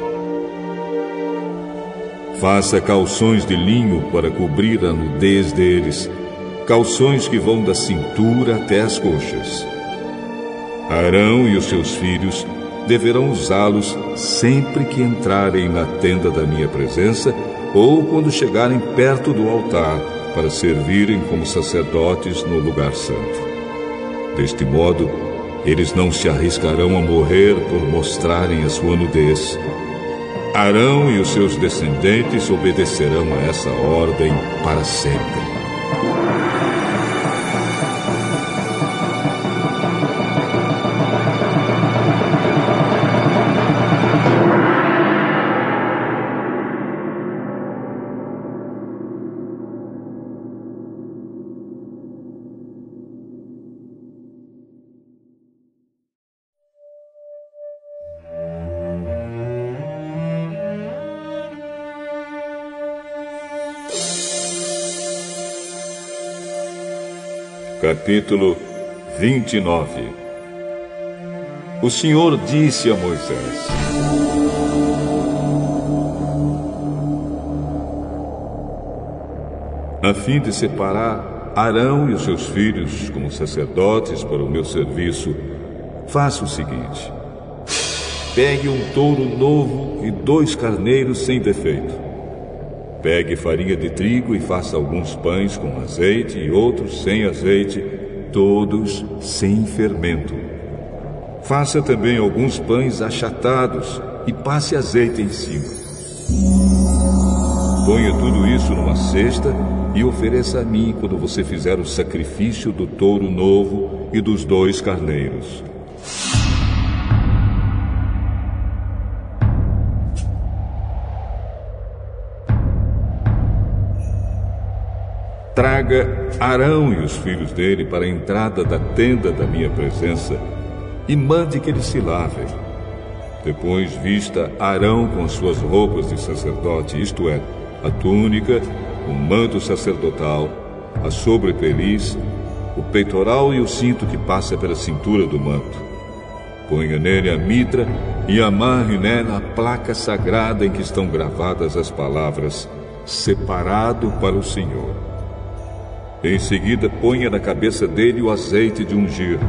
Speaker 1: Faça calções de linho para cobrir a nudez deles, calções que vão da cintura até as coxas. Arão e os seus filhos deverão usá-los sempre que entrarem na tenda da minha presença ou quando chegarem perto do altar para servirem como sacerdotes no lugar santo. Deste modo, eles não se arriscarão a morrer por mostrarem a sua nudez. Arão e os seus descendentes obedecerão a essa ordem para sempre. Capítulo 29. O Senhor disse a Moisés: a fim de separar Arão e os seus filhos como sacerdotes para o meu serviço, faça o seguinte: pegue um touro novo e 2 carneiros sem defeito. Pegue farinha de trigo e faça alguns pães com azeite e outros sem azeite, todos sem fermento. Faça também alguns pães achatados e passe azeite em cima. Ponha tudo isso numa cesta e ofereça a mim quando você fizer o sacrifício do touro novo e dos 2 carneiros. Traga Arão e os filhos dele para a entrada da tenda da minha presença e mande que eles se lavem. Depois vista Arão com as suas roupas de sacerdote, isto é, a túnica, o manto sacerdotal, a sobrepeliz, o peitoral e o cinto que passa pela cintura do manto. Ponha nele a mitra e amarre nela a placa sagrada em que estão gravadas as palavras: separado para o Senhor. Em seguida, ponha na cabeça dele o azeite de ungir.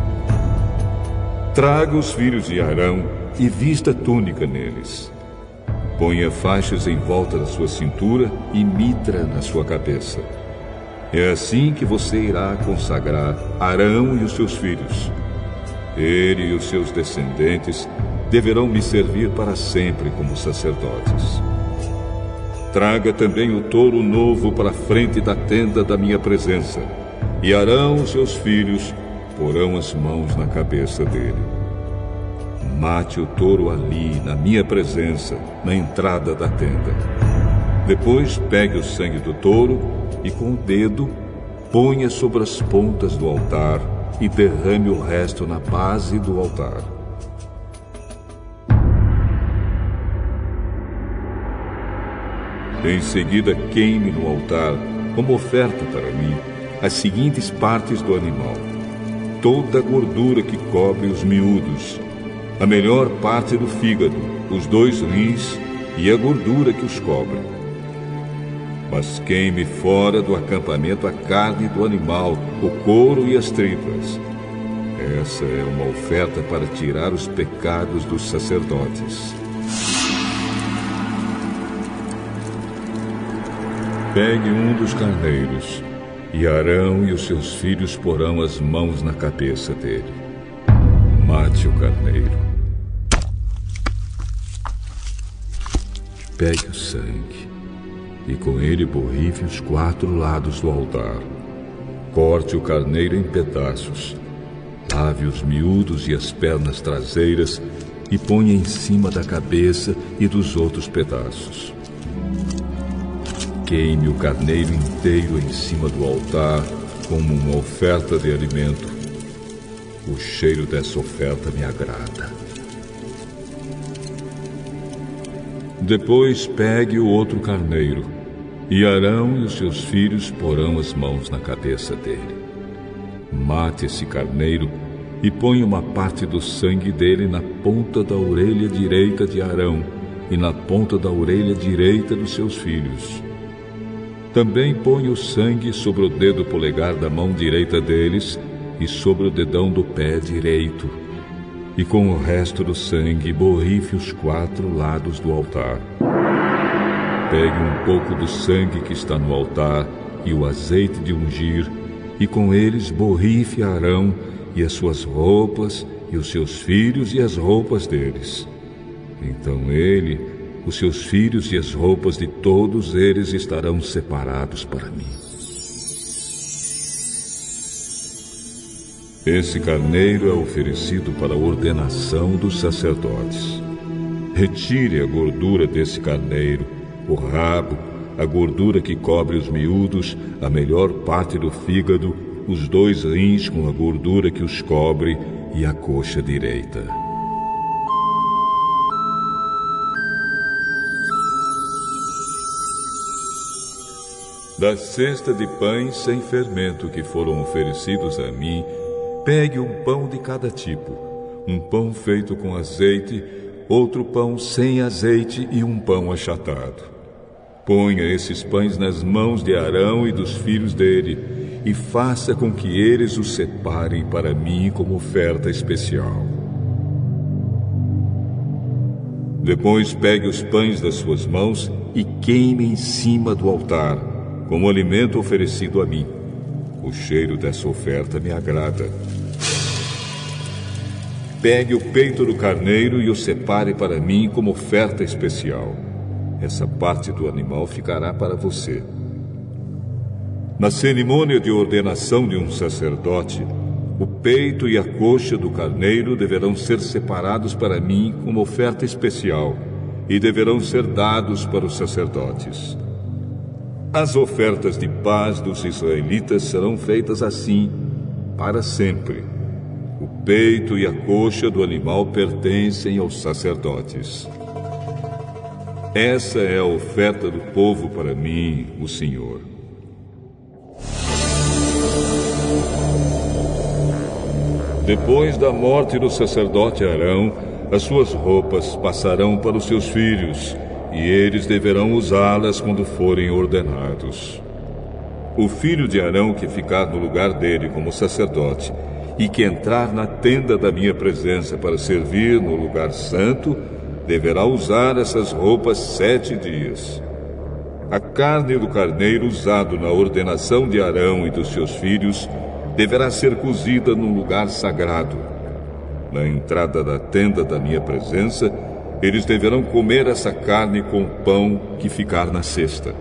Speaker 1: Traga os filhos de Arão e vista túnica neles. Ponha faixas em volta da sua cintura e mitra na sua cabeça. É assim que você irá consagrar Arão e os seus filhos. Ele e os seus descendentes deverão me servir para sempre como sacerdotes. Traga também o touro novo para a frente da tenda da minha presença, e Arão e os seus filhos porão as mãos na cabeça dele. Mate o touro ali, na minha presença, na entrada da tenda. Depois pegue o sangue do touro e com o dedo ponha sobre as pontas do altar e derrame o resto na base do altar. Em seguida, queime no altar, como oferta para mim, as seguintes partes do animal: toda a gordura que cobre os miúdos, a melhor parte do fígado, os 2 rins e a gordura que os cobre. Mas queime fora do acampamento a carne do animal, o couro e as tripas. Essa é uma oferta para tirar os pecados dos sacerdotes. Pegue um dos carneiros, e Arão e os seus filhos porão as mãos na cabeça dele. Mate o carneiro. Pegue o sangue, e com ele borrife os 4 lados do altar. Corte o carneiro em pedaços. Lave os miúdos e as pernas traseiras e ponha em cima da cabeça e dos outros pedaços. Queime o carneiro inteiro em cima do altar como uma oferta de alimento. O cheiro dessa oferta me agrada. Depois pegue o outro carneiro, e Arão e os seus filhos porão as mãos na cabeça dele. Mate esse carneiro e ponha uma parte do sangue dele na ponta da orelha direita de Arão e na ponta da orelha direita dos seus filhos. Também ponha o sangue sobre o dedo polegar da mão direita deles e sobre o dedão do pé direito. E com o resto do sangue borrife os 4 lados do altar. Pegue um pouco do sangue que está no altar e o azeite de ungir, e com eles borrife Arão e as suas roupas, e os seus filhos e as roupas deles. Então ele, os seus filhos e as roupas de todos eles estarão separados para mim. Esse carneiro é oferecido para a ordenação dos sacerdotes. Retire a gordura desse carneiro, o rabo, a gordura que cobre os miúdos, a melhor parte do fígado, os 2 rins com a gordura que os cobre e a coxa direita. Da cesta de pães sem fermento que foram oferecidos a mim, pegue um pão de cada tipo, um pão feito com azeite, outro pão sem azeite e um pão achatado. Ponha esses pães nas mãos de Arão e dos filhos dele, e faça com que eles os separem para mim como oferta especial. Depois pegue os pães das suas mãos e queime em cima do altar, como alimento oferecido a mim. O cheiro dessa oferta me agrada. Pegue o peito do carneiro e o separe para mim como oferta especial. Essa parte do animal ficará para você. Na cerimônia de ordenação de um sacerdote, o peito e a coxa do carneiro deverão ser separados para mim como oferta especial e deverão ser dados para os sacerdotes. As ofertas de paz dos israelitas serão feitas assim, para sempre. O peito e a coxa do animal pertencem aos sacerdotes. Essa é a oferta do povo para mim, o Senhor. Depois da morte do sacerdote Arão, as suas roupas passarão para os seus filhos, e eles deverão usá-las quando forem ordenados. O filho de Arão que ficar no lugar dele como sacerdote e que entrar na tenda da minha presença para servir no lugar santo, deverá usar essas roupas 7 dias. A carne do carneiro usado na ordenação de Arão e dos seus filhos deverá ser cozida num lugar sagrado. Na entrada da tenda da minha presença, eles deverão comer essa carne com o pão que ficar na cesta.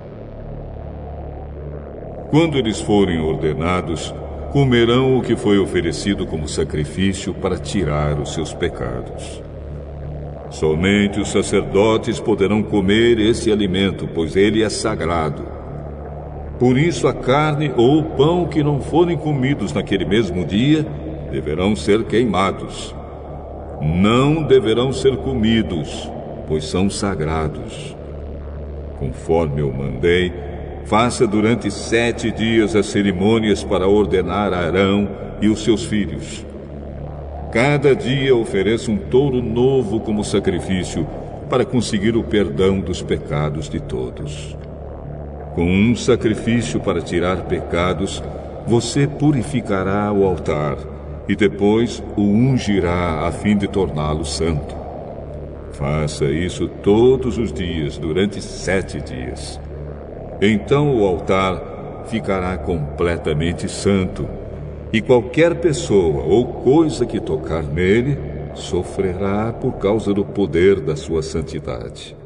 Speaker 1: Quando eles forem ordenados, comerão o que foi oferecido como sacrifício para tirar os seus pecados. Somente os sacerdotes poderão comer esse alimento, pois ele é sagrado. Por isso, a carne ou o pão que não forem comidos naquele mesmo dia deverão ser queimados. Não deverão ser comidos, pois são sagrados. Conforme eu mandei, faça durante 7 dias as cerimônias para ordenar a Arão e os seus filhos. Cada dia ofereça um touro novo como sacrifício para conseguir o perdão dos pecados de todos. Com um sacrifício para tirar pecados, você purificará o altar e depois o ungirá a fim de torná-lo santo. Faça isso todos os dias, durante 7 dias. Então o altar ficará completamente santo, e qualquer pessoa ou coisa que tocar nele sofrerá por causa do poder da sua santidade.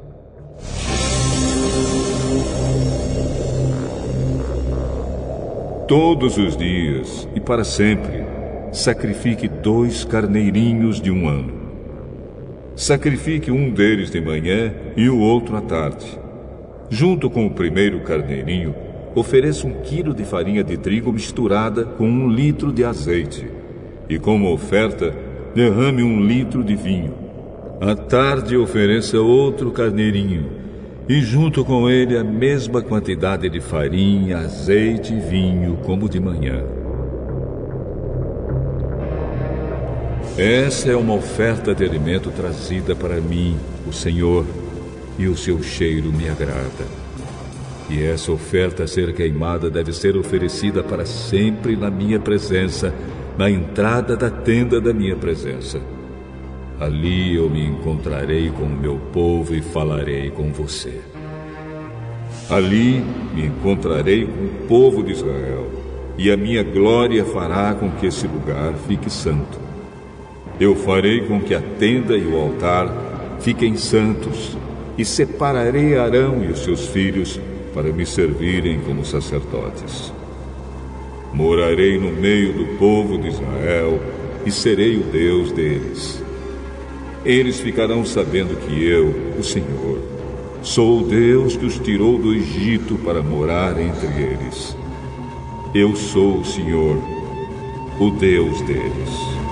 Speaker 1: Todos os dias e para sempre, sacrifique 2 carneirinhos de 1 ano. Sacrifique um deles de manhã e o outro à tarde. Junto com o primeiro carneirinho, ofereça 1 quilo de farinha de trigo misturada com 1 litro de azeite. E como oferta, derrame 1 litro de vinho. À tarde, ofereça outro carneirinho. E junto com ele a mesma quantidade de farinha, azeite e vinho, como de manhã. Essa é uma oferta de alimento trazida para mim, o Senhor, e o seu cheiro me agrada. E essa oferta a ser queimada deve ser oferecida para sempre na minha presença, na entrada da tenda da minha presença. Ali eu me encontrarei com o meu povo e falarei com você. Ali me encontrarei com o povo de Israel, e a minha glória fará com que esse lugar fique santo. Eu farei com que a tenda e o altar fiquem santos, e separarei Arão e os seus filhos para me servirem como sacerdotes. Morarei no meio do povo de Israel e serei o Deus deles. Eles ficarão sabendo que eu, o Senhor, sou o Deus que os tirou do Egito para morar entre eles. Eu sou o Senhor, o Deus deles.